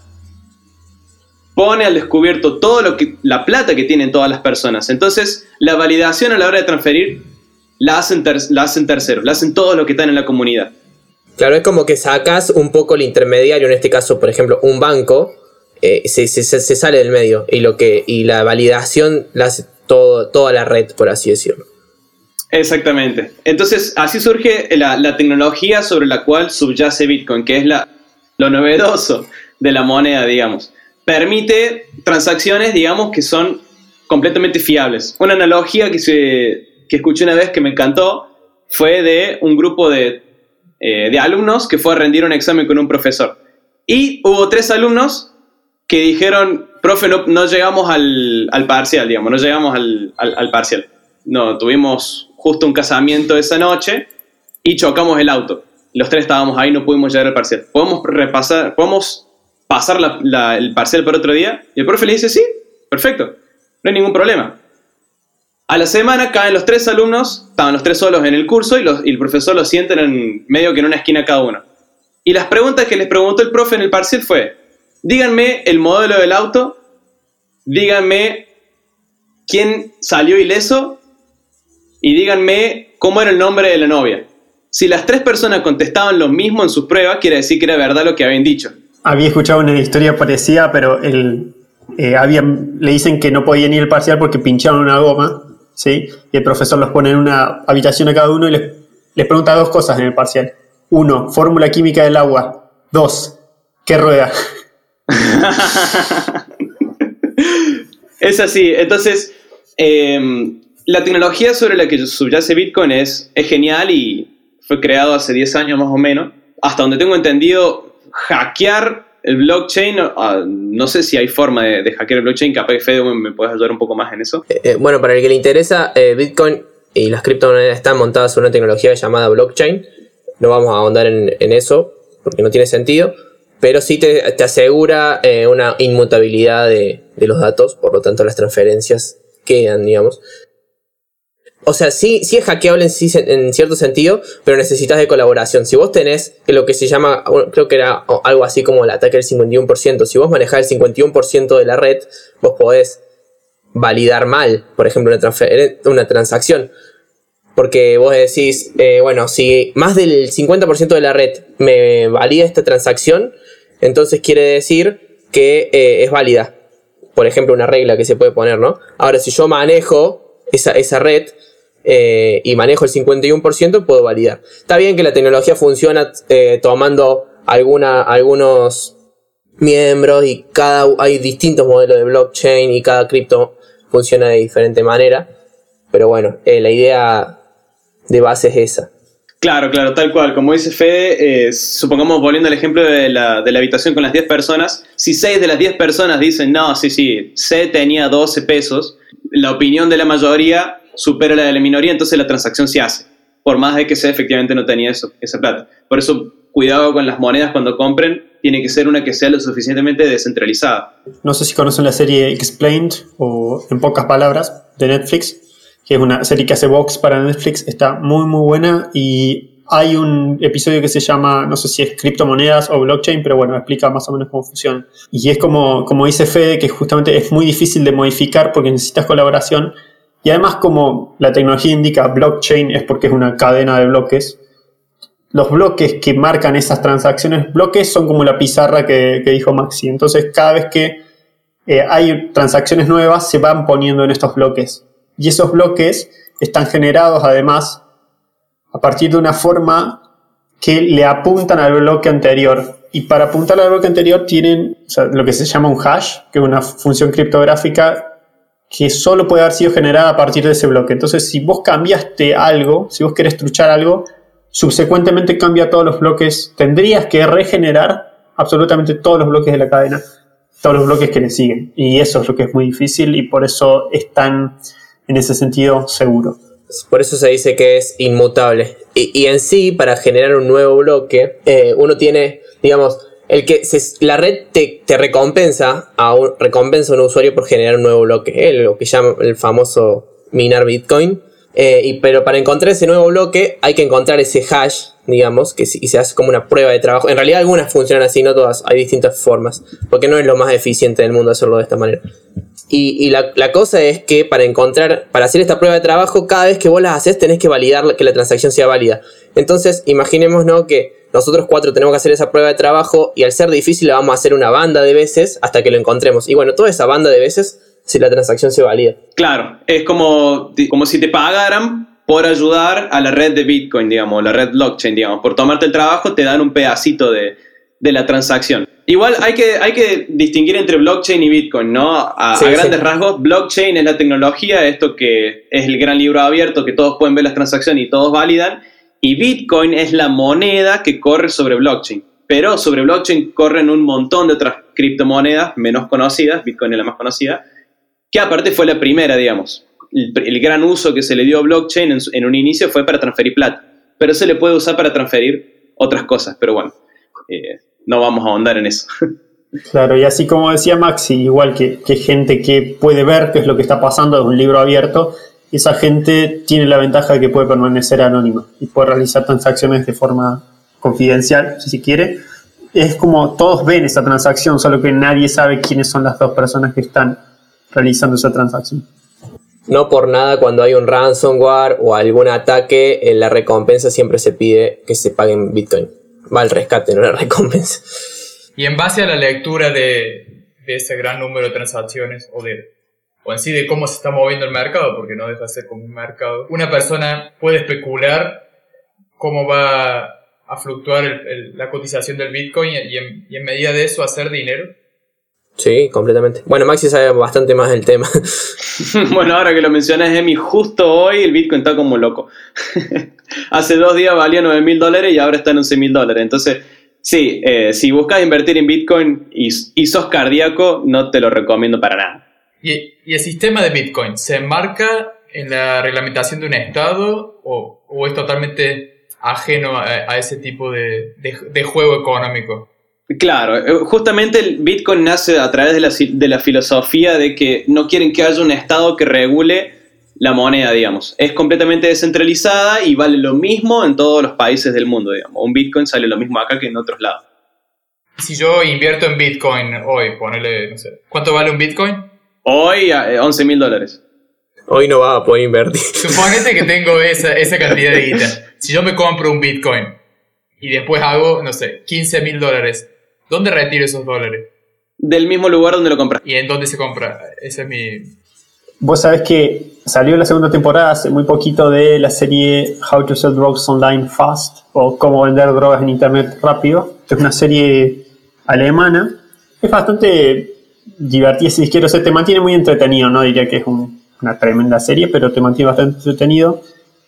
pone al descubierto todo lo que, la plata que tienen todas las personas. Entonces, la validación a la hora de transferir la hacen, ter, la hacen terceros, la hacen todos los que están en la comunidad. Claro, es como que sacas un poco el intermediario, en este caso, por ejemplo, un banco, eh, se, se, se sale del medio y, lo que, y la validación la hace todo, toda la red, por así decirlo. Exactamente. Entonces, así surge la, la tecnología sobre la cual subyace Bitcoin, que es la, lo novedoso de la moneda, digamos. permite transacciones, digamos, que son completamente fiables. Una analogía que, se, que escuché una vez que me encantó fue de un grupo de, eh, de alumnos que fue a rendir un examen con un profesor. Y hubo tres alumnos que dijeron, profe, no, no llegamos al, al parcial, digamos, no llegamos al, al, al parcial. No, tuvimos justo un casamiento esa noche y chocamos el auto. Los tres estábamos ahí, no pudimos llegar al parcial. ¿Podemos repasar, podemos pasar la, la, el parcial para otro día? Y el profe le dice, sí, perfecto, no hay ningún problema. A la semana caen los tres alumnos, estaban los tres solos en el curso y, los, y el profesor los sienta en medio que en una esquina cada uno. Y las preguntas que les preguntó el profe en el parcial fue, díganme el modelo del auto, díganme quién salió ileso y díganme cómo era el nombre de la novia. Si las tres personas contestaban lo mismo en sus pruebas, quiere decir que era verdad lo que habían dicho. Había escuchado una historia parecida, pero el, eh, había, le dicen que no podían ir al parcial porque pincharon una goma, ¿sí? Y el profesor los pone en una habitación a cada uno y les, les pregunta dos cosas en el parcial. Uno, fórmula química del agua. Dos, ¿qué rueda? Es así. Entonces, eh, la tecnología sobre la que subyace Bitcoin es, es genial y fue creado hace diez años más o menos. Hasta donde tengo entendido, hackear el blockchain, uh, no sé si hay forma de, de hackear el blockchain. Capaz que Fede me puedes ayudar un poco más en eso. Eh, bueno, para el que le interesa, eh, Bitcoin y las criptomonedas están montadas sobre una tecnología llamada blockchain. No vamos a ahondar en, en eso porque no tiene sentido. Pero sí te, te asegura eh, una inmutabilidad de, de los datos, por lo tanto las transferencias quedan, digamos. O sea, sí, sí es hackeable en, sí, en cierto sentido, pero necesitas de colaboración. Si vos tenés lo que se llama, creo que era algo así como el ataque del cincuenta y uno por ciento, si vos manejás el cincuenta y uno por ciento de la red, vos podés validar mal, por ejemplo, una, transfer- una transacción. Porque vos decís, eh, bueno, si más del cincuenta por ciento de la red me valida esta transacción, entonces quiere decir que eh, es válida. Por ejemplo, una regla que se puede poner, ¿no? Ahora, si yo manejo esa, esa red eh, y manejo el cincuenta y uno por ciento, puedo validar. Está bien que la tecnología funciona eh, tomando alguna, algunos miembros y cada hay distintos modelos de blockchain y cada cripto funciona de diferente manera. Pero bueno, eh, la idea de base es esa. Claro, claro, tal cual. Como dice Fede, eh, supongamos, volviendo al ejemplo de la, de la habitación con las diez personas, si seis de las diez personas dicen, no, sí, sí, C tenía doce pesos, la opinión de la mayoría supera la de la minoría, entonces la transacción se hace, por más de que C efectivamente no tenía eso, esa plata. Por eso, cuidado con las monedas cuando compren, tiene que ser una que sea lo suficientemente descentralizada. No sé si conocen la serie Explained, o En pocas palabras, de Netflix, que es una serie que hace Vox para Netflix, está muy muy buena y hay un episodio que se llama, no sé si es criptomonedas o blockchain, pero bueno, explica más o menos cómo funciona. Y es como, como dice Fede, que justamente es muy difícil de modificar porque necesitas colaboración y además como la tecnología indica blockchain es porque es una cadena de bloques. Los bloques que marcan esas transacciones, bloques son como la pizarra que, que dijo Maxi, entonces cada vez que eh, hay transacciones nuevas se van poniendo en estos bloques. Y esos bloques están generados además a partir de una forma que le apuntan al bloque anterior. Y para apuntar al bloque anterior tienen, o sea, lo que se llama un hash, que es una función criptográfica que solo puede haber sido generada a partir de ese bloque. Entonces, si vos cambiaste algo, si vos querés truchar algo, subsecuentemente cambia todos los bloques. Tendrías que regenerar absolutamente todos los bloques de la cadena, todos los bloques que le siguen. Y eso es lo que es muy difícil y por eso es tan, en ese sentido, seguro. Por eso se dice que es inmutable. Y, y en sí, para generar un nuevo bloque, eh, uno tiene, digamos, el que se, la red te, te recompensa a un, recompensa a un usuario por generar un nuevo bloque, eh, lo que llama el famoso minar Bitcoin. Eh, y, pero para encontrar ese nuevo bloque hay que encontrar ese hash, digamos, que y se hace como una prueba de trabajo. En realidad algunas funcionan así, no todas, hay distintas formas, porque no es lo más eficiente del mundo hacerlo de esta manera. Y, y la, la cosa es que para encontrar, para hacer esta prueba de trabajo, cada vez que vos las haces tenés que validar que la transacción sea válida. Entonces, imaginemos, ¿no?, que nosotros cuatro tenemos que hacer esa prueba de trabajo y al ser difícil la vamos a hacer una banda de veces hasta que lo encontremos. Y bueno, toda esa banda de veces, si la transacción se valida. Claro, es como, como si te pagaran por ayudar a la red de Bitcoin, digamos, la red blockchain, digamos. Por tomarte el trabajo te dan un pedacito de, de la transacción. Igual hay que, hay que distinguir entre blockchain y Bitcoin, ¿no? A, Sí, a grandes sí. rasgos, blockchain es la tecnología, esto que es el gran libro abierto, que todos pueden ver las transacciones y todos validan, y Bitcoin es la moneda que corre sobre blockchain. Pero sobre blockchain corren un montón de otras criptomonedas menos conocidas, Bitcoin es la más conocida, que aparte fue la primera, digamos. El, el gran uso que se le dio a blockchain en, su, en un inicio fue para transferir plata, pero se le puede usar para transferir otras cosas, pero bueno, eh, no vamos a ahondar en eso. Claro, y así como decía Maxi, igual que, que gente que puede ver qué es lo que está pasando de un libro abierto, esa gente tiene la ventaja de que puede permanecer anónima y puede realizar transacciones de forma confidencial, si se quiere. Es como todos ven esa transacción, solo que nadie sabe quiénes son las dos personas que están realizando esa transacción. No por nada, cuando hay un ransomware o algún ataque, en la recompensa siempre se pide que se pague en Bitcoin. Va el rescate, no la recompensa. Y en base a la lectura de, de ese gran número de transacciones, o, de, o en sí de cómo se está moviendo el mercado, porque no deja de ser como un mercado, una persona puede especular cómo va a fluctuar el, el, la cotización del Bitcoin y en, y en medida de eso hacer dinero. Sí, completamente. Bueno, Maxi sabe bastante más del tema. Bueno, ahora que lo mencionas, Emi, justo hoy el Bitcoin está como loco. Hace dos días valía nueve mil dólares y ahora está en once mil dólares. Entonces, sí, eh, si buscas invertir en Bitcoin y, y sos cardíaco, no te lo recomiendo para nada. ¿Y, y el sistema de Bitcoin se enmarca en la reglamentación de un estado o, o es totalmente ajeno a, a ese tipo de, de, de juego económico? Claro, justamente el Bitcoin nace a través de la, de la filosofía de que no quieren que haya un estado que regule la moneda, digamos. Es completamente descentralizada y vale lo mismo en todos los países del mundo, digamos. Un Bitcoin sale lo mismo acá que en otros lados. Si yo invierto en Bitcoin hoy, ponele, no sé, ¿cuánto vale un Bitcoin? Hoy, once mil dólares. Hoy no vas a poder invertir. Suponete que tengo esa, esa cantidad de guita. Si yo me compro un Bitcoin y después hago, no sé, quince mil dólares, ¿dónde retiro esos dólares? Del mismo lugar donde lo compras. ¿Y en dónde se compra? Ese es mi... Vos sabés que salió la segunda temporada hace muy poquito de la serie How to Sell Drugs Online Fast, o Cómo vender drogas en internet rápido, que es una serie alemana. Es bastante divertida, si quiero, o sea, te mantiene muy entretenido, no diría que es un, una tremenda serie, pero te mantiene bastante entretenido.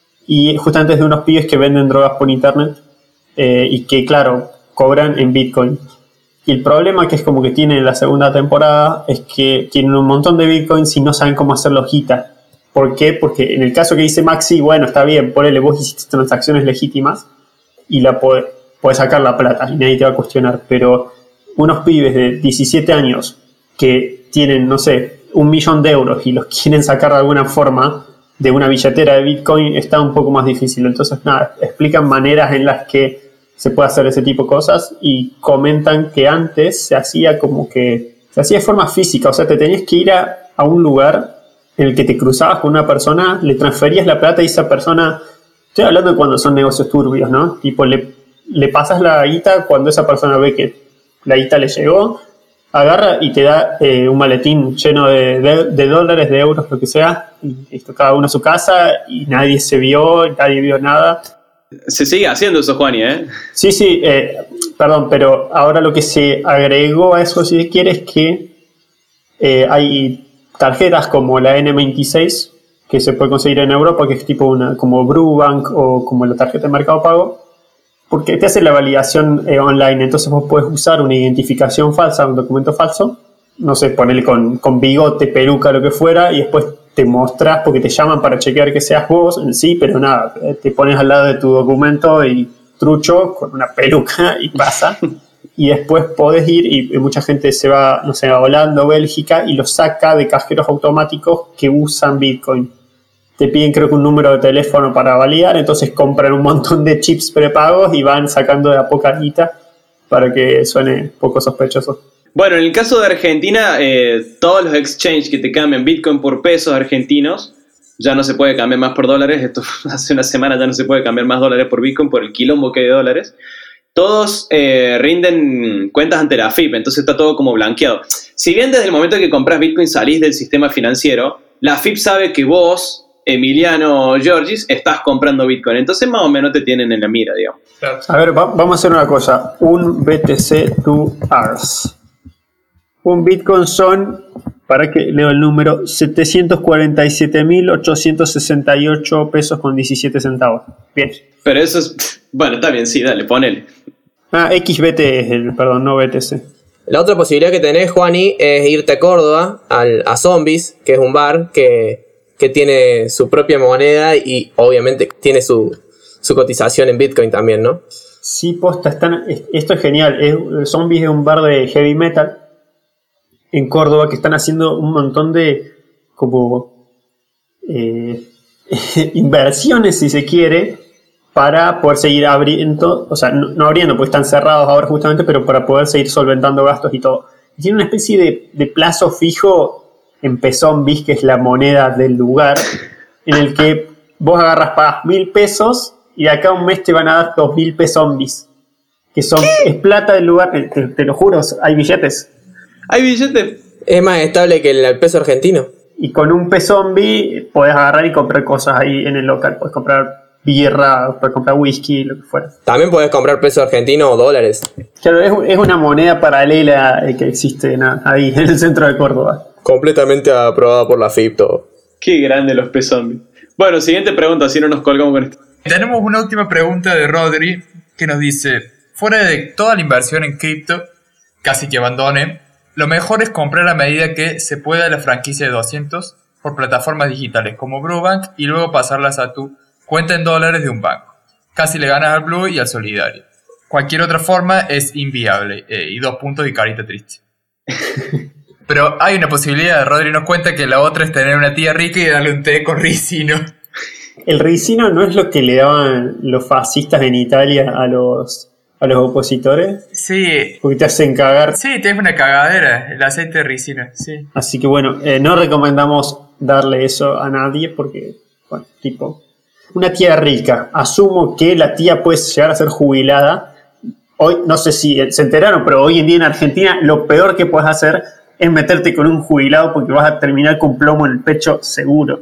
Y justamente es de unos pibes que venden drogas por internet eh, y que, claro, cobran en Bitcoin. Y el problema que es como que tienen en la segunda temporada es que tienen un montón de bitcoins y no saben cómo hacerlo hojita. ¿Por qué? Porque en el caso que dice Maxi, bueno, está bien, ponele, vos hiciste transacciones legítimas y la podés, podés sacar la plata y nadie te va a cuestionar. Pero unos pibes de diecisiete años que tienen, no sé, un millón de euros y los quieren sacar de alguna forma de una billetera de Bitcoin, está un poco más difícil. Entonces, nada, explican maneras en las que se puede hacer ese tipo de cosas y comentan que antes se hacía como que se hacía de forma física, o sea, te tenías que ir a, a un lugar en el que te cruzabas con una persona, le transferías la plata y esa persona, estoy hablando de cuando son negocios turbios, ¿no? Tipo, le, le pasas la guita cuando esa persona ve que la guita le llegó, agarra y te da eh, un maletín lleno de, de, de dólares, de euros, lo que sea, y esto, cada uno a su casa y nadie se vio, nadie vio nada. Se sigue haciendo eso, Juani, ¿eh? Sí, sí, eh, perdón, pero ahora lo que se agregó a eso, si quieres, es que eh, hay tarjetas como la ene veintiséis que se puede conseguir en Europa, que es tipo una como Brubank o como la tarjeta de Mercado Pago, porque te hace la validación eh, online, entonces vos puedes usar una identificación falsa, un documento falso, no sé, ponerle con, con bigote, peluca, lo que fuera, y después te mostrás porque te llaman para chequear que seas vos en sí, pero nada, te pones al lado de tu documento y trucho con una peluca y pasa. Y después podés ir y mucha gente se va, no sé, a Holanda o Bélgica y lo saca de cajeros automáticos que usan Bitcoin. Te piden creo que un número de teléfono para validar, entonces compran un montón de chips prepagos y van sacando de a poca guita para que suene poco sospechoso. Bueno, en el caso de Argentina, eh, todos los exchanges que te cambian Bitcoin por pesos argentinos, ya no se puede cambiar más por dólares. Esto hace una semana ya no se puede cambiar más dólares por Bitcoin por el quilombo que hay de dólares. Todos eh, rinden cuentas ante la F I P, entonces está todo como blanqueado. Si bien desde el momento que compras Bitcoin salís del sistema financiero, la F I P sabe que vos Emiliano Giorgis, estás comprando Bitcoin. Entonces más o menos te tienen en la mira, digamos. A ver, va- vamos a hacer una cosa. Un B T C two hours. Un Bitcoin son, para que leo el número, setecientos cuarenta y siete mil ochocientos sesenta y ocho pesos con diecisiete centavos. Bien. Pero eso es... Bueno, está bien, sí, dale, ponele. Ah, X B T es el, perdón, no B T C. La otra posibilidad que tenés, Juani, es irte a Córdoba, al, a Zombies, que es un bar que, que tiene su propia moneda y obviamente tiene su, su cotización en Bitcoin también, ¿no? Sí, posta, están, esto es genial. Es, Zombies es un bar de heavy metal en Córdoba que están haciendo un montón de como eh, inversiones, si se quiere, para poder seguir abriendo, o sea, no, no abriendo porque están cerrados ahora justamente, pero para poder seguir solventando gastos y todo. Y tiene una especie de, de plazo fijo en Zombies, que es la moneda del lugar, en el que vos agarras, pagas mil pesos y de acá a un mes te van a dar dos mil Zombies, que son, es plata del lugar, te, te lo juro, hay billetes. Hay billetes. Es más estable que el, el peso argentino. Y con un P-Zombie podés agarrar y comprar cosas ahí en el local. Podés comprar birra, podés comprar whisky, lo que fuera. También podés comprar peso argentino o dólares. Claro, es, es una moneda paralela que existe en- ahí en el centro de Córdoba. Completamente aprobada por la F I P todo. Qué grande los P-Zombies. Bueno, siguiente pregunta, si no nos colgamos con esto. Tenemos una última pregunta de Rodri que nos dice: fuera de toda la inversión en cripto, casi que abandone, lo mejor es comprar a medida que se pueda la franquicia de doscientos por plataformas digitales como Brubank y luego pasarlas a tu cuenta en dólares de un banco. Casi le ganas al Blue y al Solidario. Cualquier otra forma es inviable. Eh, y dos puntos y carita triste. Pero hay una posibilidad. Rodri nos cuenta que la otra es tener una tía rica y darle un té con ricino. El ricino no es lo que le daban los fascistas en Italia a los, a los opositores, Sí, porque te hacen cagar. sí, te es una cagadera el aceite de ricino. Sí. Así que bueno, eh, no recomendamos darle eso a nadie porque, bueno, tipo, una tía rica. Asumo que la tía puede llegar a ser jubilada. Hoy, no sé si se enteraron, pero hoy en día en Argentina lo peor que puedes hacer es meterte con un jubilado porque vas a terminar con plomo en el pecho seguro.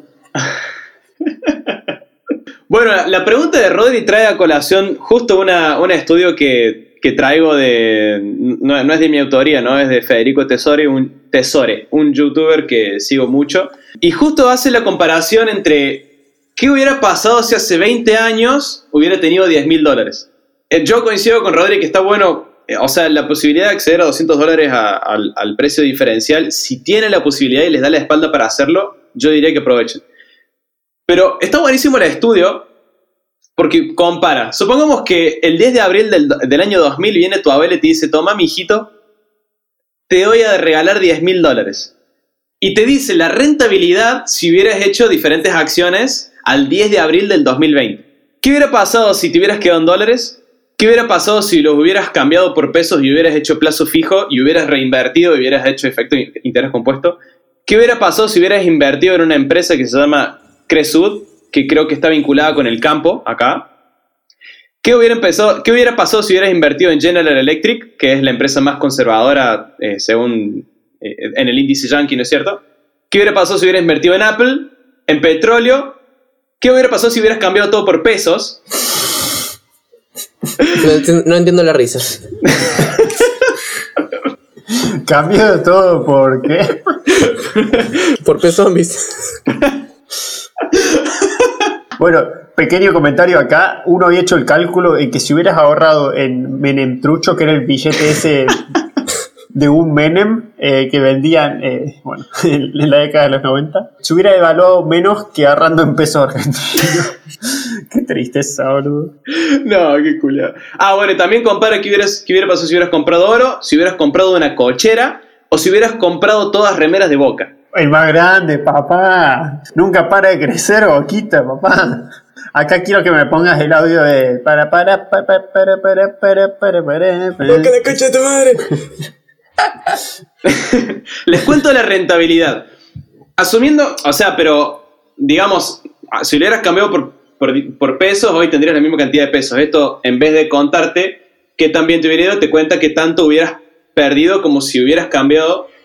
Bueno, la pregunta de Rodri trae a colación justo una, un estudio que, que traigo de... No, no es de mi autoría, ¿no? Es de Federico Tesori, un, Tesore, un youtuber que sigo mucho. Y justo hace la comparación entre qué hubiera pasado si hace veinte años hubiera tenido diez mil dólares. Eh, Yo coincido con Rodri que está bueno, eh, o sea, la posibilidad de acceder a doscientos dólares a- al, al precio diferencial, si tienen la posibilidad y les da la espalda para hacerlo, yo diría que aprovechen. Pero está buenísimo el estudio porque compara. Supongamos que el diez de abril del, del año dos mil viene tu abuela y te dice: toma, mijito, te voy a regalar diez mil dólares. Y te dice la rentabilidad si hubieras hecho diferentes acciones al diez de abril del dos mil veinte. ¿Qué hubiera pasado si te hubieras quedado en dólares? ¿Qué hubiera pasado si los hubieras cambiado por pesos y hubieras hecho plazo fijo y hubieras reinvertido y hubieras hecho efecto de interés compuesto? ¿Qué hubiera pasado si hubieras invertido en una empresa que se llama Cresud, que creo que está vinculada con el campo acá? ¿Qué hubiera, empezado, ¿Qué hubiera pasado si hubieras invertido en General Electric, que es la empresa más conservadora eh, según eh, en el índice Yankee, ¿no es cierto? ¿Qué hubiera pasado si hubieras invertido en Apple, en petróleo? ¿Qué hubiera pasado si hubieras cambiado todo por pesos? No entiendo, no entiendo la risa. Cambio de todo, ¿por qué? Por P-Zombies. Bueno, pequeño comentario acá. Uno había hecho el cálculo en que si hubieras ahorrado en Menem Trucho, que era el billete ese de un Menem eh, que vendían eh, bueno, en, en la década de los noventa, se hubiera evaluado menos que ahorrando en pesos argentinos. Qué tristeza, boludo. No, qué culiado. Ah, bueno, y también compara qué, hubieras, qué hubiera pasado si hubieras comprado oro, si hubieras comprado una cochera o si hubieras comprado todas remeras de Boca. El más grande, papá. Nunca para de crecer, Boquita, papá. Acá quiero que me pongas el audio de para para para para para para para para para. ¡Boca la concha de tu madre! Les cuento la rentabilidad. Asumiendo, o sea, pero digamos, si lo hubieras cambiado por, por, por pesos, hoy tendrías la misma cantidad de pesos. Esto, en vez de contarte qué tan bien te hubiera ido, te cuenta qué tanto hubieras perdido como si hubieras cambiado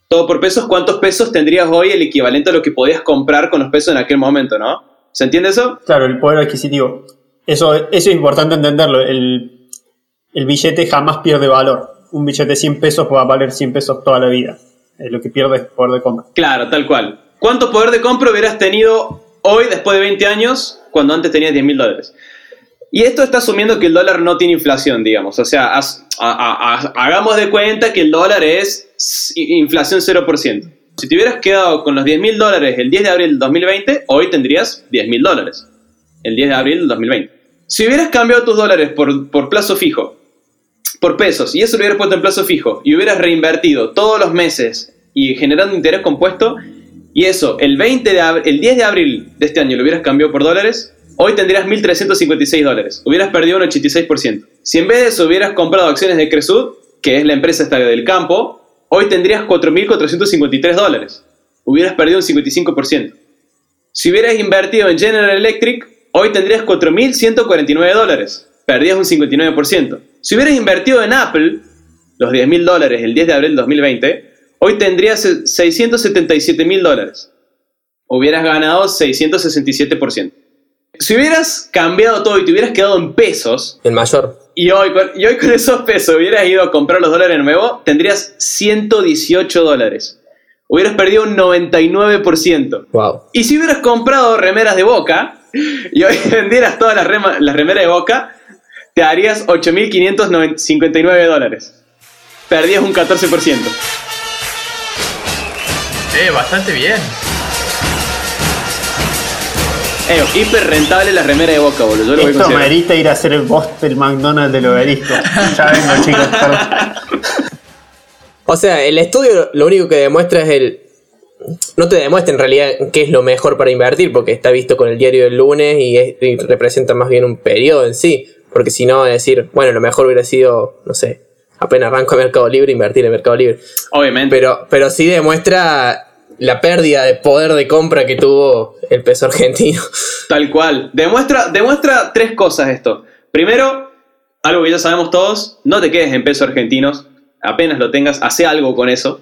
todo por pesos, ¿cuántos pesos tendrías hoy el equivalente a lo que podías comprar con los pesos en aquel momento, ¿no? ¿Se entiende eso? Claro, el poder adquisitivo. Eso, eso es importante entenderlo. El, el billete jamás pierde valor. Un billete de cien pesos va a valer cien pesos toda la vida. Eh, lo que pierde es poder de compra. Claro, tal cual. ¿Cuánto poder de compra hubieras tenido hoy, después de veinte años, cuando antes tenías diez mil dólares? Y esto está asumiendo que el dólar no tiene inflación, digamos. O sea, as, a, a, a, hagamos de cuenta que el dólar es inflación cero por ciento. Si te hubieras quedado con los diez mil dólares el diez de abril del dos mil veinte, hoy tendrías diez mil dólares. El diez de abril del dos mil veinte. Si hubieras cambiado tus dólares por, por plazo fijo, por pesos, y eso lo hubieras puesto en plazo fijo, y hubieras reinvertido todos los meses y generando interés compuesto, y eso, el, veinte de ab- el diez de abril de este año lo hubieras cambiado por dólares, hoy tendrías mil trescientos cincuenta y seis dólares. Hubieras perdido un ochenta y seis por ciento. Si en vez de eso hubieras comprado acciones de Cresud, que es la empresa esta del campo, hoy tendrías cuatro mil cuatrocientos cincuenta y tres dólares. Hubieras perdido un cincuenta y cinco por ciento. Si hubieras invertido en General Electric, hoy tendrías cuatro mil ciento cuarenta y nueve dólares. Perdías un cincuenta y nueve por ciento. Si hubieras invertido en Apple, los diez mil dólares el diez de abril del dos mil veinte, hoy tendrías seiscientos setenta y siete mil dólares. Hubieras ganado seiscientos sesenta y siete por ciento. Si hubieras cambiado todo y te hubieras quedado en pesos, El mayor. y hoy, con, y hoy con esos pesos hubieras ido a comprar los dólares de nuevo, tendrías ciento dieciocho dólares. Hubieras perdido un noventa y nueve por ciento. Wow. Y si hubieras comprado remeras de Boca y hoy vendieras todas las, rema, las remeras de Boca, te darías ocho mil quinientos cincuenta y nueve dólares. Perdías un catorce por ciento. Eh, bastante bien. Eh, hiper rentable la remera de Boca, boludo. Yo lo voy a Esto considerar. merita ir a hacer el boss del McDonald's del obelisco. Ya vengo, chicos. perdón. O sea, el estudio lo único que demuestra es el... No te demuestra en realidad qué es lo mejor para invertir, porque está visto con el diario del lunes y, es, y representa más bien un periodo en sí. Porque si no, decir, bueno, lo mejor hubiera sido, no sé, apenas arranco a Mercado Libre, invertir en Mercado Libre. Obviamente. Pero, pero sí demuestra la pérdida de poder de compra que tuvo el peso argentino. Tal cual. Demuestra, demuestra tres cosas esto. Primero, algo que ya sabemos todos, no te quedes en pesos argentinos. Apenas lo tengas, hace algo con eso.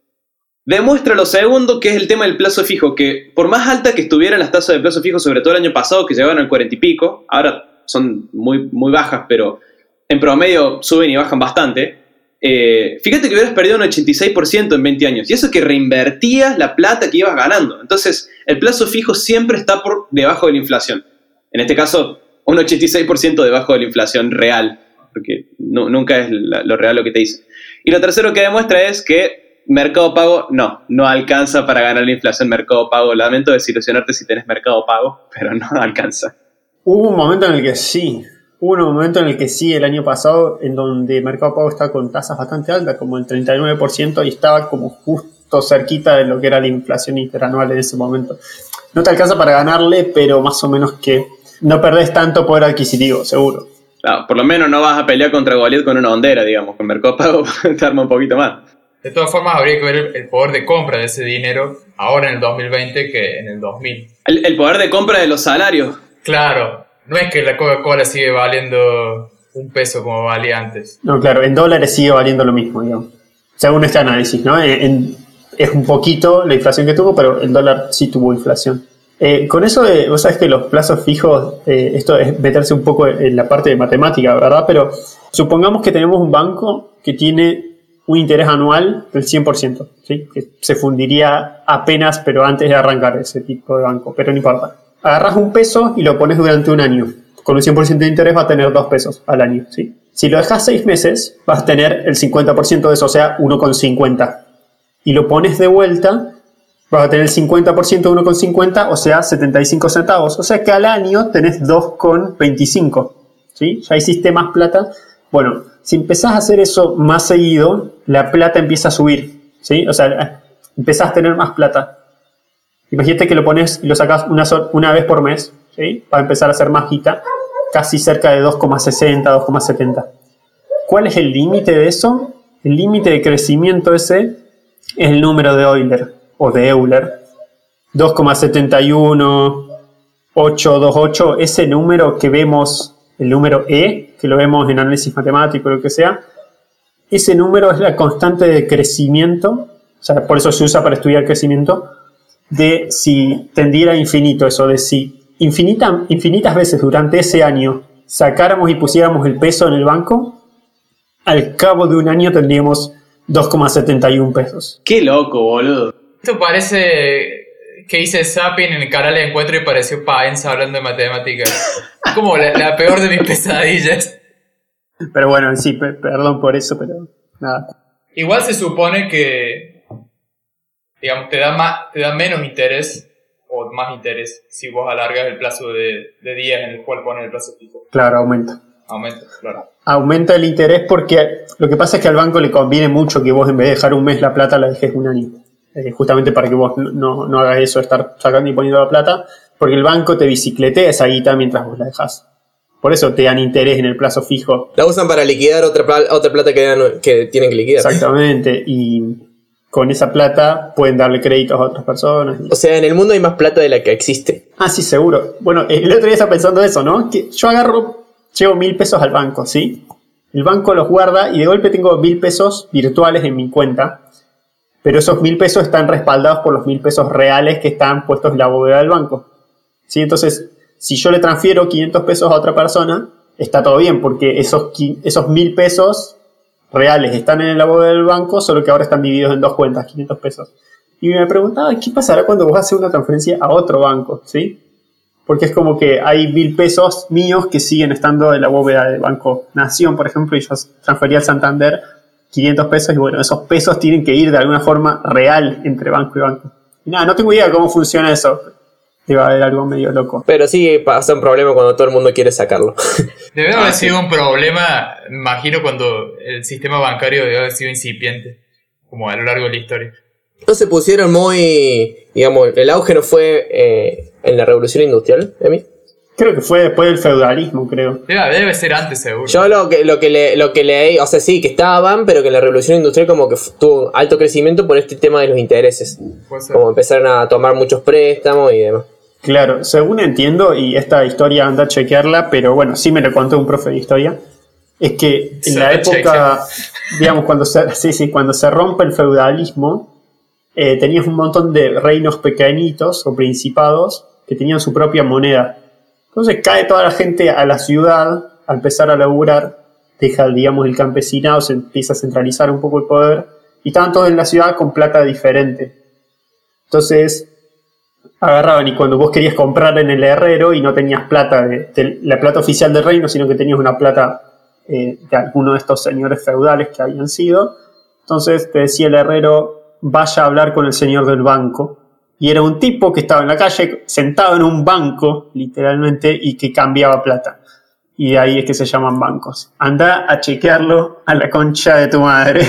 Demuestra lo segundo, que es el tema del plazo fijo, que por más alta que estuvieran las tasas de plazo fijo, sobre todo el año pasado, que llegaron al cuarenta y pico, ahora son muy, muy bajas, pero en promedio suben y bajan bastante. Eh, fíjate que hubieras perdido un ochenta y seis por ciento en veinte años, y eso que reinvertías la plata que ibas ganando. Entonces, el plazo fijo siempre está por debajo de la inflación. En este caso, un ochenta y seis por ciento debajo de la inflación real, porque no, nunca es la, lo real lo que te dice. Y lo tercero que demuestra es que Mercado Pago, no, no alcanza para ganar la inflación Mercado Pago. Lamento desilusionarte si tenés Mercado Pago, pero no alcanza. Hubo un momento en el que sí. Hubo un momento en el que sí, el año pasado, en donde Mercado Pago estaba con tasas bastante altas, como el treinta y nueve por ciento, y estaba como justo cerquita de lo que era la inflación interanual en ese momento. No te alcanza para ganarle, pero más o menos que no perdés tanto poder adquisitivo, seguro. Claro, por lo menos no vas a pelear contra Goliat con una hondera, digamos. Con Mercado Pago te arma un poquito más. De todas formas, habría que ver el, el poder de compra de ese dinero ahora en el dos mil veinte que en el dos mil. El, el poder de compra de los salarios. Claro, no es que la Coca-Cola sigue valiendo un peso como valía antes. No, claro, en dólares sigue valiendo lo mismo, digamos. Según este análisis, ¿no? En, en, es un poquito la inflación que tuvo, pero el dólar sí tuvo inflación. Eh, con eso, de, vos sabés que los plazos fijos, eh, esto es meterse un poco en la parte de matemática, ¿verdad? Pero supongamos que tenemos un banco que tiene un interés anual del cien por ciento, ¿sí? Que se fundiría apenas, pero antes de arrancar ese tipo de banco, pero no importa. Agarras un peso y lo pones durante un año. Con un cien por ciento de interés vas a tener dos pesos al año, ¿sí? Si lo dejas seis meses, vas a tener el cincuenta por ciento de eso, o sea, uno coma cincuenta. Y lo pones de vuelta, vas a tener el cincuenta por ciento de uno coma cincuenta, o sea, setenta y cinco centavos. O sea que al año tenés dos coma veinticinco, ¿sí? Ya hiciste más plata. Bueno, si empezás a hacer eso más seguido, la plata empieza a subir, ¿sí? O sea, empezás a tener más plata. Imagínate que lo pones y lo sacas una, una vez por mes, ¿sí? Para empezar a hacer más guita, casi cerca de dos coma sesenta, dos coma setenta. ¿Cuál es el límite de eso? El límite de crecimiento ese es el número de Euler, o de Euler. dos coma setenta y uno, ochocientos veintiocho, ese número que vemos, el número E, que lo vemos en análisis matemático o lo que sea, ese número es la constante de crecimiento, o sea, por eso se usa para estudiar crecimiento, de si tendiera a infinito eso, de si infinita, infinitas veces durante ese año sacáramos y pusiéramos el peso en el banco, al cabo de un año tendríamos dos coma setenta y uno pesos. Qué loco, boludo. Esto parece que hice zapping en el canal de encuentro y pareció Paenza hablando de matemáticas. Como la, la peor de mis pesadillas. Pero bueno, sí, pe- perdón por eso, pero nada. Igual se supone que, digamos, te da, más, te da menos interés o más interés si vos alargas el plazo de, de días en el cual pones el plazo fijo. Claro, aumenta. Aumenta, claro. Aumenta el interés porque lo que pasa es que al banco le conviene mucho que vos en vez de dejar un mes la plata la dejes un año. Eh, justamente para que vos no, no hagas eso de estar sacando y poniendo la plata, porque el banco te bicicletea esa guita mientras vos la dejás. Por eso te dan interés en el plazo fijo. La usan para liquidar otra, pla- otra plata que, dan- que tienen que liquidar. Exactamente, y con esa plata pueden darle créditos a otras personas. O sea, en el mundo hay más plata de la que existe. Ah, sí, seguro. Bueno, el otro día estaba pensando eso, ¿no? Que yo agarro, llevo mil pesos al banco, ¿sí? El banco los guarda y de golpe tengo mil pesos virtuales en mi cuenta, pero esos mil pesos están respaldados por los mil pesos reales que están puestos en la bóveda del banco, ¿sí? Entonces, si yo le transfiero quinientos pesos a otra persona, está todo bien, porque esos, qui- esos mil pesos reales están en la bóveda del banco, solo que ahora están divididos en dos cuentas, quinientos pesos. Y me preguntaba, ¿qué pasará cuando vos haces una transferencia a otro banco? ¿Sí? Porque es como que hay mil pesos míos que siguen estando en la bóveda del Banco Nación, por ejemplo, y yo transferí al Santander quinientos pesos, y bueno, esos pesos tienen que ir de alguna forma real entre banco y banco. Y nada, no tengo idea de cómo funciona eso. Debe haber algo medio loco. Pero sí pasa un problema cuando todo el mundo quiere sacarlo. Debe Ah, haber sí. sido un problema, imagino, cuando el sistema bancario debe haber sido incipiente, como a lo largo de la historia. No se pusieron muy... Digamos, el auge no fue eh, en la revolución industrial, Emi. Creo que fue después del feudalismo, creo. Debe, debe ser antes, seguro. Yo lo que, lo que le, lo que leí, o sea, sí, que estaban, pero que en la revolución industrial como que f- tuvo alto crecimiento por este tema de los intereses. Puede ser. Como empezaron a tomar muchos préstamos y demás. Claro, según entiendo, y esta historia anda a chequearla, pero bueno, sí me lo contó un profe de historia, es que en Se la lo época, digamos, cuando se, sí, sí, cuando se rompe el feudalismo, eh, tenías un montón de reinos pequeñitos o principados que tenían su propia moneda. Entonces cae toda la gente a la ciudad a empezar a laburar, deja, digamos, el campesinado, se empieza a centralizar un poco el poder, y estaban todos en la ciudad con plata diferente. Entonces agarraban, y cuando vos querías comprar en el herrero y no tenías plata de, de la plata oficial del reino, sino que tenías una plata eh, de alguno de estos señores feudales que habían sido, entonces te decía el herrero, vaya a hablar con el señor del banco, y era un tipo que estaba en la calle sentado en un banco literalmente y que cambiaba plata, y de ahí es que se llaman bancos. Anda a chequearlo a la concha de tu madre.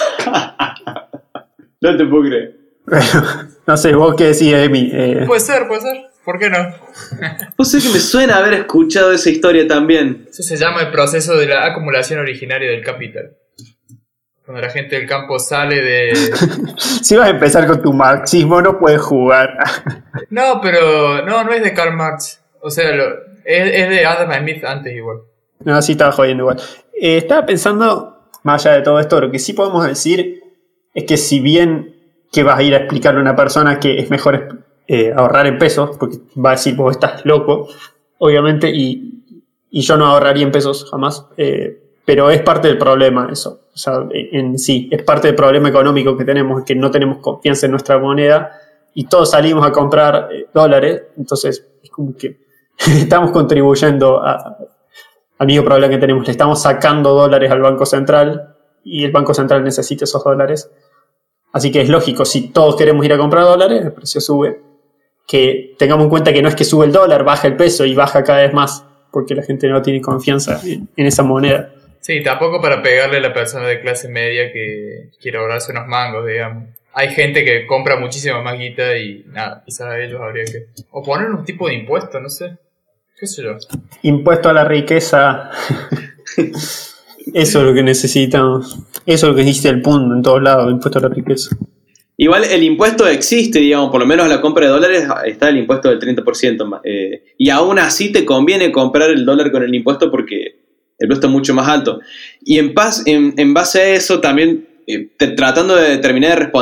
No te puedo creer. No sé, vos qué decís, Emi. Eh, Puede ser, puede ser. ¿Por qué no? Vos sabés que me suena haber escuchado esa historia también. Eso se llama el proceso de la acumulación originaria del capital. Cuando la gente del campo sale de... si vas a empezar con tu marxismo, no puedes jugar. No, pero no, no es de Karl Marx. O sea, lo- es, es de Adam Smith antes igual. No, sí estaba jodiendo igual. Eh, estaba pensando, más allá de todo esto, lo que sí podemos decir es que si bien que vas a ir a explicarle a una persona que es mejor eh, ahorrar en pesos, porque va a decir, vos estás loco, obviamente, y, y yo no ahorraría en pesos jamás, eh, pero es parte del problema eso. O sea, en sí, es parte del problema económico que tenemos, que no tenemos confianza en nuestra moneda y todos salimos a comprar eh, dólares, entonces es como que estamos contribuyendo a, al mismo problema que tenemos, le estamos sacando dólares al Banco Central y el Banco Central necesita esos dólares. Así que es lógico, si todos queremos ir a comprar dólares, el precio sube. Que tengamos en cuenta que no es que sube el dólar, baja el peso y baja cada vez más, porque la gente no tiene confianza en, en esa moneda. Sí, tampoco para pegarle a la persona de clase media que quiere ahorrarse unos mangos, digamos. Hay gente que compra muchísima más guita y nada, quizás a ellos habría que... O poner un tipo de impuesto, no sé. ¿Qué sé yo? Impuesto a la riqueza. Eso es lo que necesitamos. Eso es lo que existe el punto en todos lados, impuesto a la riqueza. Igual el impuesto existe, digamos, por lo menos a la compra de dólares está el impuesto del treinta por ciento. Eh, y aún así te conviene comprar el dólar con el impuesto porque el precio está mucho más alto. Y en, paz, en, en base a eso también, eh, te, tratando de terminar de responder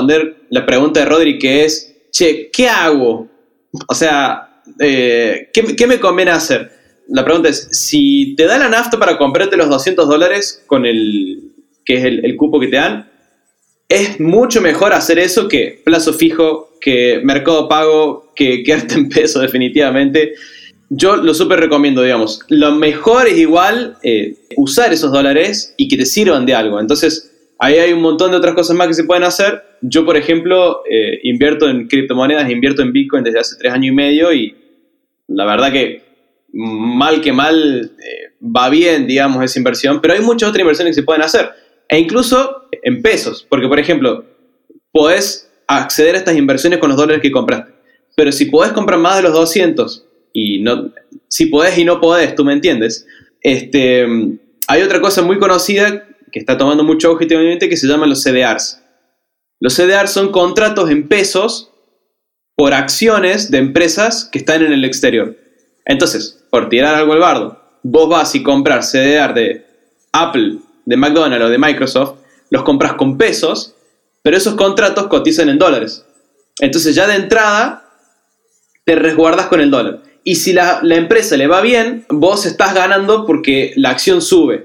la pregunta de Rodri, que es, che, ¿qué hago? O sea, eh, ¿qué, ¿qué me conviene hacer? La pregunta es, si te da la nafta para comprarte los doscientos dólares con el, que es el, el cupo que te dan, es mucho mejor hacer eso que plazo fijo, que mercado pago, que quedarte en peso definitivamente. Yo lo súper recomiendo, digamos. Lo mejor es igual eh, usar esos dólares y que te sirvan de algo. Entonces, ahí hay un montón de otras cosas más que se pueden hacer. Yo, por ejemplo, eh, invierto en criptomonedas, invierto en Bitcoin desde hace tres años y medio y la verdad que mal que mal eh, va bien, digamos, esa inversión. Pero hay muchas otras inversiones que se pueden hacer. E incluso en pesos. Porque, por ejemplo, podés acceder a estas inversiones con los dólares que compraste. Pero si podés comprar más de los doscientos... y no, si podés y no podés, tú me entiendes, este, hay otra cosa muy conocida que está tomando mucho auge últimamente que se llaman los C D Rs. Los C D Rs son contratos en pesos por acciones de empresas que están en el exterior. Entonces, por tirar algo al bardo, vos vas y compras C D R de Apple, de McDonald's o de Microsoft, los compras con pesos, pero esos contratos cotizan en dólares. Entonces ya de entrada te resguardas con el dólar. Y si la, la empresa le va bien, vos estás ganando porque la acción sube.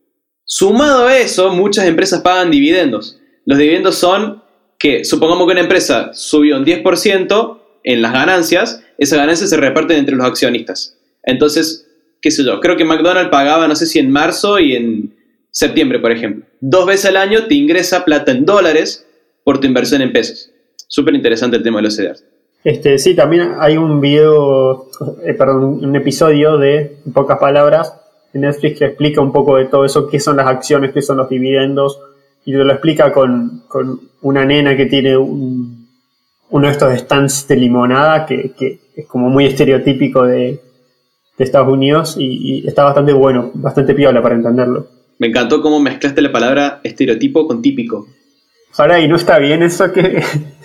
Sumado a eso, muchas empresas pagan dividendos. Los dividendos son que, supongamos que una empresa subió un diez por ciento en las ganancias, esas ganancias se reparten entre los accionistas. Entonces, qué sé yo, creo que McDonald's pagaba, no sé si en marzo y en septiembre, por ejemplo. Dos veces al año te ingresa plata en dólares por tu inversión en pesos. Súper interesante el tema de los C D Rs. Este, sí, también hay un video, eh, perdón, un episodio de, en pocas palabras, en Netflix que explica un poco de todo eso, qué son las acciones, qué son los dividendos, y te lo explica con, con una nena que tiene un, uno de estos stands de limonada, que, que es como muy estereotípico de, de Estados Unidos, y, y está bastante bueno, bastante piola para entenderlo. Me encantó cómo mezclaste la palabra estereotipo con típico. Ahora, y no está bien eso que...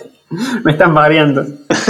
me están mareando.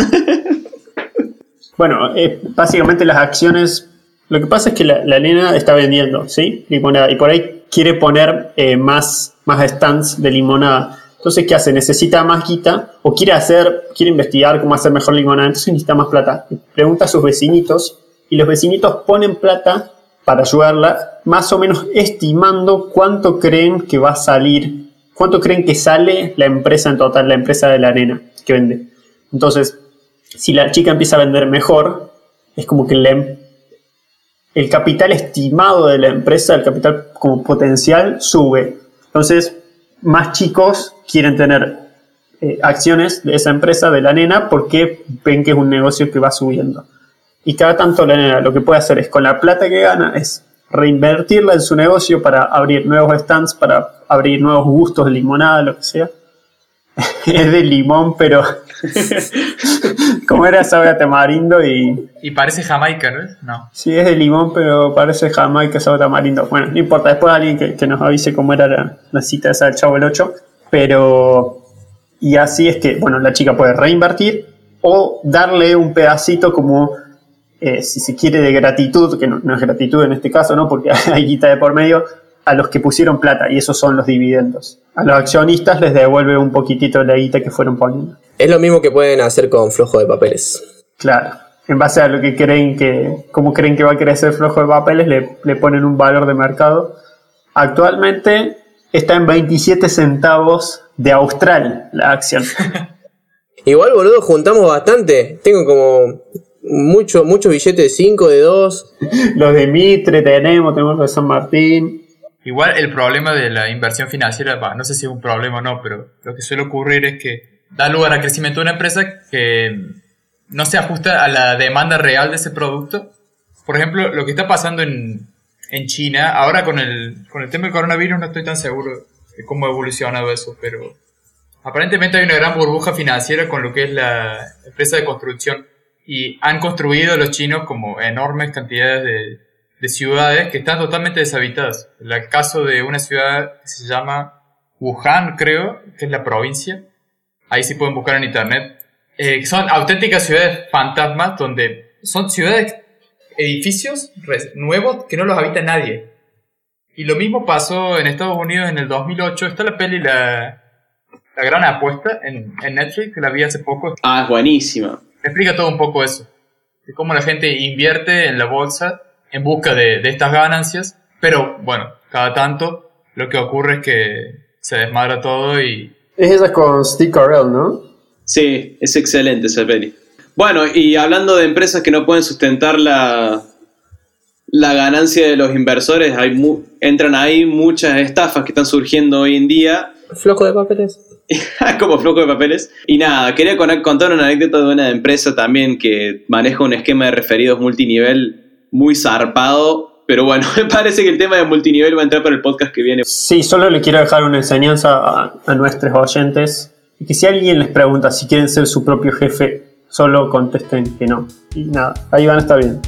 Bueno, eh, básicamente las acciones... Lo que pasa es que la, la nena está vendiendo, ¿sí? Limonada. Y por ahí quiere poner eh, más, más stands de limonada. Entonces, ¿qué hace? Necesita más guita o quiere hacer, quiere investigar cómo hacer mejor limonada. Entonces necesita más plata. Pregunta a sus vecinitos y los vecinitos ponen plata para ayudarla, más o menos estimando cuánto creen que va a salir, cuánto creen que sale la empresa en total, la empresa de la nena que vende. Entonces, si la chica empieza a vender mejor, es como que la, el capital estimado de la empresa, el capital como potencial, sube. Entonces, más chicos quieren tener eh, acciones de esa empresa, de la nena, porque ven que es un negocio que va subiendo. Y cada tanto la nena lo que puede hacer es, con la plata que gana, es reinvertirla en su negocio para abrir nuevos stands, para abrir nuevos gustos de limonada, lo que sea. Es de limón, pero como era, sabe a tamarindo y... Y parece Jamaica, ¿no? No. Sí, es de limón, pero parece Jamaica, sabe a tamarindo. Bueno, no importa, después alguien que, que nos avise cómo era la, la cita esa del Chavo el ocho. Pero... Y así es que, bueno, la chica puede reinvertir o darle un pedacito como... Eh, si se quiere, de gratitud, que no, no es gratitud en este caso, ¿no? Porque hay guita de por medio, a los que pusieron plata, y esos son los dividendos. A los accionistas les devuelve un poquitito de la guita que fueron poniendo. Es lo mismo que pueden hacer con Flojo de Papeles. Claro, en base a lo que creen que, cómo creen que va a crecer Flojo de Papeles, le, le ponen un valor de mercado. Actualmente está en veintisiete centavos de Austral la acción. Igual, boludo, juntamos bastante. Tengo como... Mucho, mucho billete de cinco, de dos. Los de Mitre tenemos, tenemos los de San Martín. Igual el problema de la inversión financiera, bah, no sé si es un problema o no, pero lo que suele ocurrir es que da lugar al crecimiento de una empresa que no se ajusta a la demanda real de ese producto. Por ejemplo, lo que está pasando en, en China, ahora con el, con el tema del coronavirus no estoy tan seguro de cómo ha evolucionado eso, pero aparentemente hay una gran burbuja financiera con lo que es la empresa de construcción. Y han construido los chinos como enormes cantidades de, de ciudades que están totalmente deshabitadas. El caso de una ciudad que se llama Wuhan, creo, que es la provincia. Ahí sí pueden buscar en internet. Eh, son auténticas ciudades fantasmas donde son ciudades, edificios nuevos que no los habita nadie. Y lo mismo pasó en Estados Unidos en el dos mil ocho. Está la peli, la... La Gran Apuesta en, en Netflix, que la vi hace poco. Ah, es buenísima. Explica todo un poco eso. De cómo la gente invierte en la bolsa en busca de, de estas ganancias. Pero, bueno, cada tanto lo que ocurre es que se desmadra todo y... Es esa con Steve Carell, ¿no? Sí, es excelente esa peli. Bueno, y hablando de empresas que no pueden sustentar la, la ganancia de los inversores, hay mu- entran ahí muchas estafas que están surgiendo hoy en día. Flojo de papeles. Como floco de papeles. Y nada, quería con- contar una anécdota de una empresa también que maneja un esquema de referidos multinivel muy zarpado. Pero bueno, me parece que el tema de multinivel va a entrar para el podcast que viene. Sí, solo le quiero dejar una enseñanza a, a nuestros oyentes. Y que si alguien les pregunta si quieren ser su propio jefe, solo contesten que no. Y nada, ahí van a estar bien.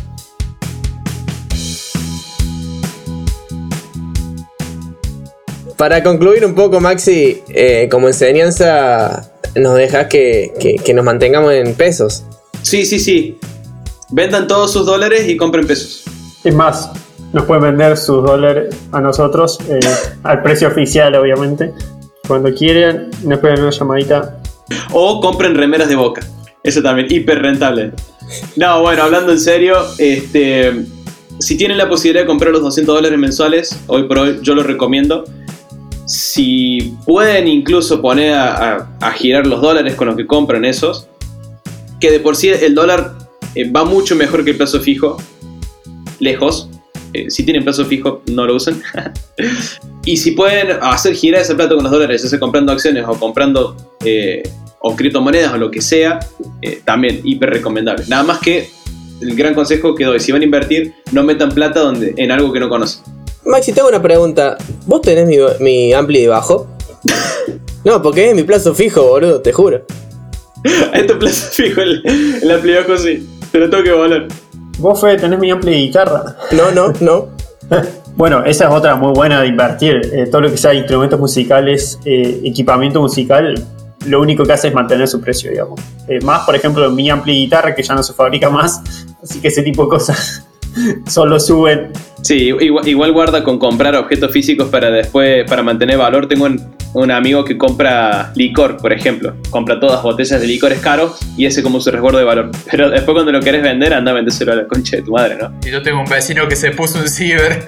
Para concluir un poco, Maxi, eh, como enseñanza, nos dejas que, que, que nos mantengamos en pesos. Sí, sí, sí. Vendan todos sus dólares y compren pesos. Es más, nos pueden vender sus dólares a nosotros eh, al precio oficial, obviamente. Cuando quieran, nos pueden una llamadita. O compren remeras de Boca. Eso también, hiper rentable. No, bueno, hablando en serio, este, si tienen la posibilidad de comprar los doscientos dólares mensuales, hoy por hoy yo lo recomiendo. Si pueden incluso poner a, a, a girar los dólares con los que compran esos, que de por sí el dólar eh, va mucho mejor que el plazo fijo, lejos. Eh, si tienen plazo fijo, no lo usen. Y si pueden hacer girar ese plato con los dólares, ya sea comprando acciones o comprando eh, o criptomonedas o lo que sea, eh, también hiper recomendable. Nada más que el gran consejo que doy: si van a invertir, no metan plata donde, en algo que no conocen. Maxi, te hago una pregunta. ¿Vos tenés mi, mi ampli de bajo? No, porque es mi plazo fijo, boludo, te juro. Es tu plazo fijo, el, el amplio bajo, sí. Te lo tengo que volar. Vos, Fede, tenés mi amplia guitarra. No, no, no. Bueno, esa es otra muy buena de invertir. Eh, todo lo que sea instrumentos musicales, eh, equipamiento musical, lo único que hace es mantener su precio, digamos. Eh, más, por ejemplo, mi amplia guitarra, que ya no se fabrica más, así que ese tipo de cosas solo suben. Sí, igual, igual guarda con comprar objetos físicos para después, para mantener valor. Tengo un, un amigo que compra licor, por ejemplo. Compra todas botellas de licores caros y ese como su resguardo de valor. Pero después cuando lo querés vender, anda a vendérselo a la concha de tu madre, ¿no? Y yo tengo un vecino que se puso un ciber.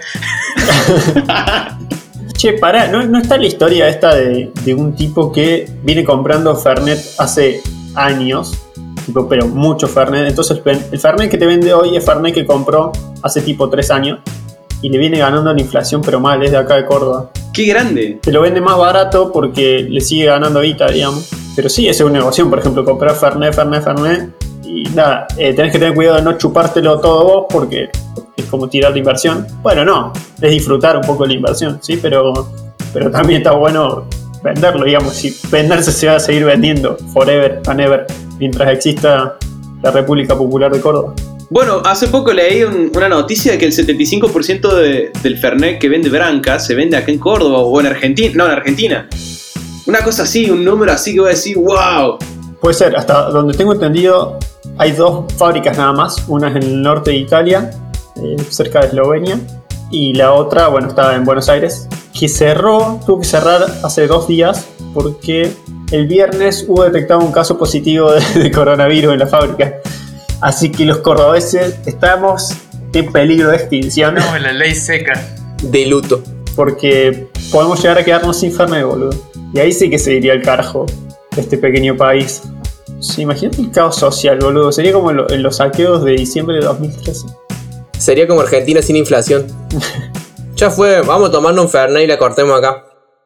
Che, pará, ¿no, no está la historia esta de, de un tipo que viene comprando Fernet hace años? Tipo, pero mucho Fernet. Entonces el Fernet que te vende hoy es Fernet que compró hace tipo tres años. Y le viene ganando la inflación, pero mal, es de acá de Córdoba. ¡Qué grande! Te lo vende más barato porque le sigue ganando guita, digamos. Pero sí, ese es un negocio, por ejemplo, comprar Fernet, Fernet, Fernet. Y nada, eh, tenés que tener cuidado de no chupártelo todo vos porque es como tirar la inversión. Bueno, no, es disfrutar un poco de la inversión, ¿sí? Pero, pero también está bueno venderlo, digamos. Si venderse se va a seguir vendiendo forever and ever mientras exista la República Popular de Córdoba. Bueno, hace poco leí un, una noticia de que el setenta y cinco por ciento de, del Fernet que vende Branca se vende acá en Córdoba o en Argentina. No, en Argentina. Una cosa así, un número así que voy a decir, wow. Puede ser, hasta donde tengo entendido, hay dos fábricas nada más. Una es en el norte de Italia, eh, cerca de Eslovenia. Y la otra, bueno, está en Buenos Aires, que cerró, tuvo que cerrar hace dos días porque el viernes hubo detectado un caso positivo de, de coronavirus en la fábrica. Así que los cordobeses estamos en peligro de extinción. No, la ley seca. De luto. Porque podemos llegar a quedarnos sin Fernet, boludo. Y ahí sí que se iría el carajo de este pequeño país. Sí, imagínate el caos social, boludo. Sería como en, lo, en los saqueos de diciembre de dos mil trece. Sería como Argentina sin inflación. Ya fue, vamos a tomarnos un Fernet y la cortemos acá.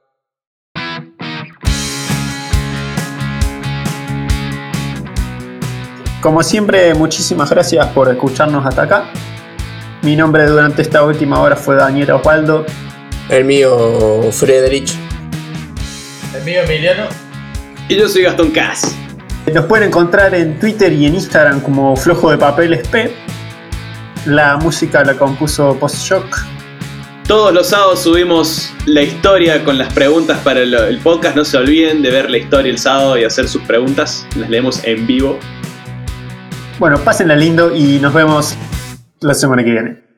Como siempre, muchísimas gracias por escucharnos hasta acá. Mi nombre durante esta última hora fue Daniel Osvaldo. El mío, Frederich. El mío, Emiliano. Y yo soy Gastón Cas. Nos pueden encontrar en Twitter y en Instagram como Flojo de Papeles P. La música la compuso Post-Shock. Todos los sábados subimos la historia con las preguntas para el, el podcast. No se olviden de ver la historia el sábado y hacer sus preguntas. Las leemos en vivo. Bueno, pásenla lindo y nos vemos la semana que viene.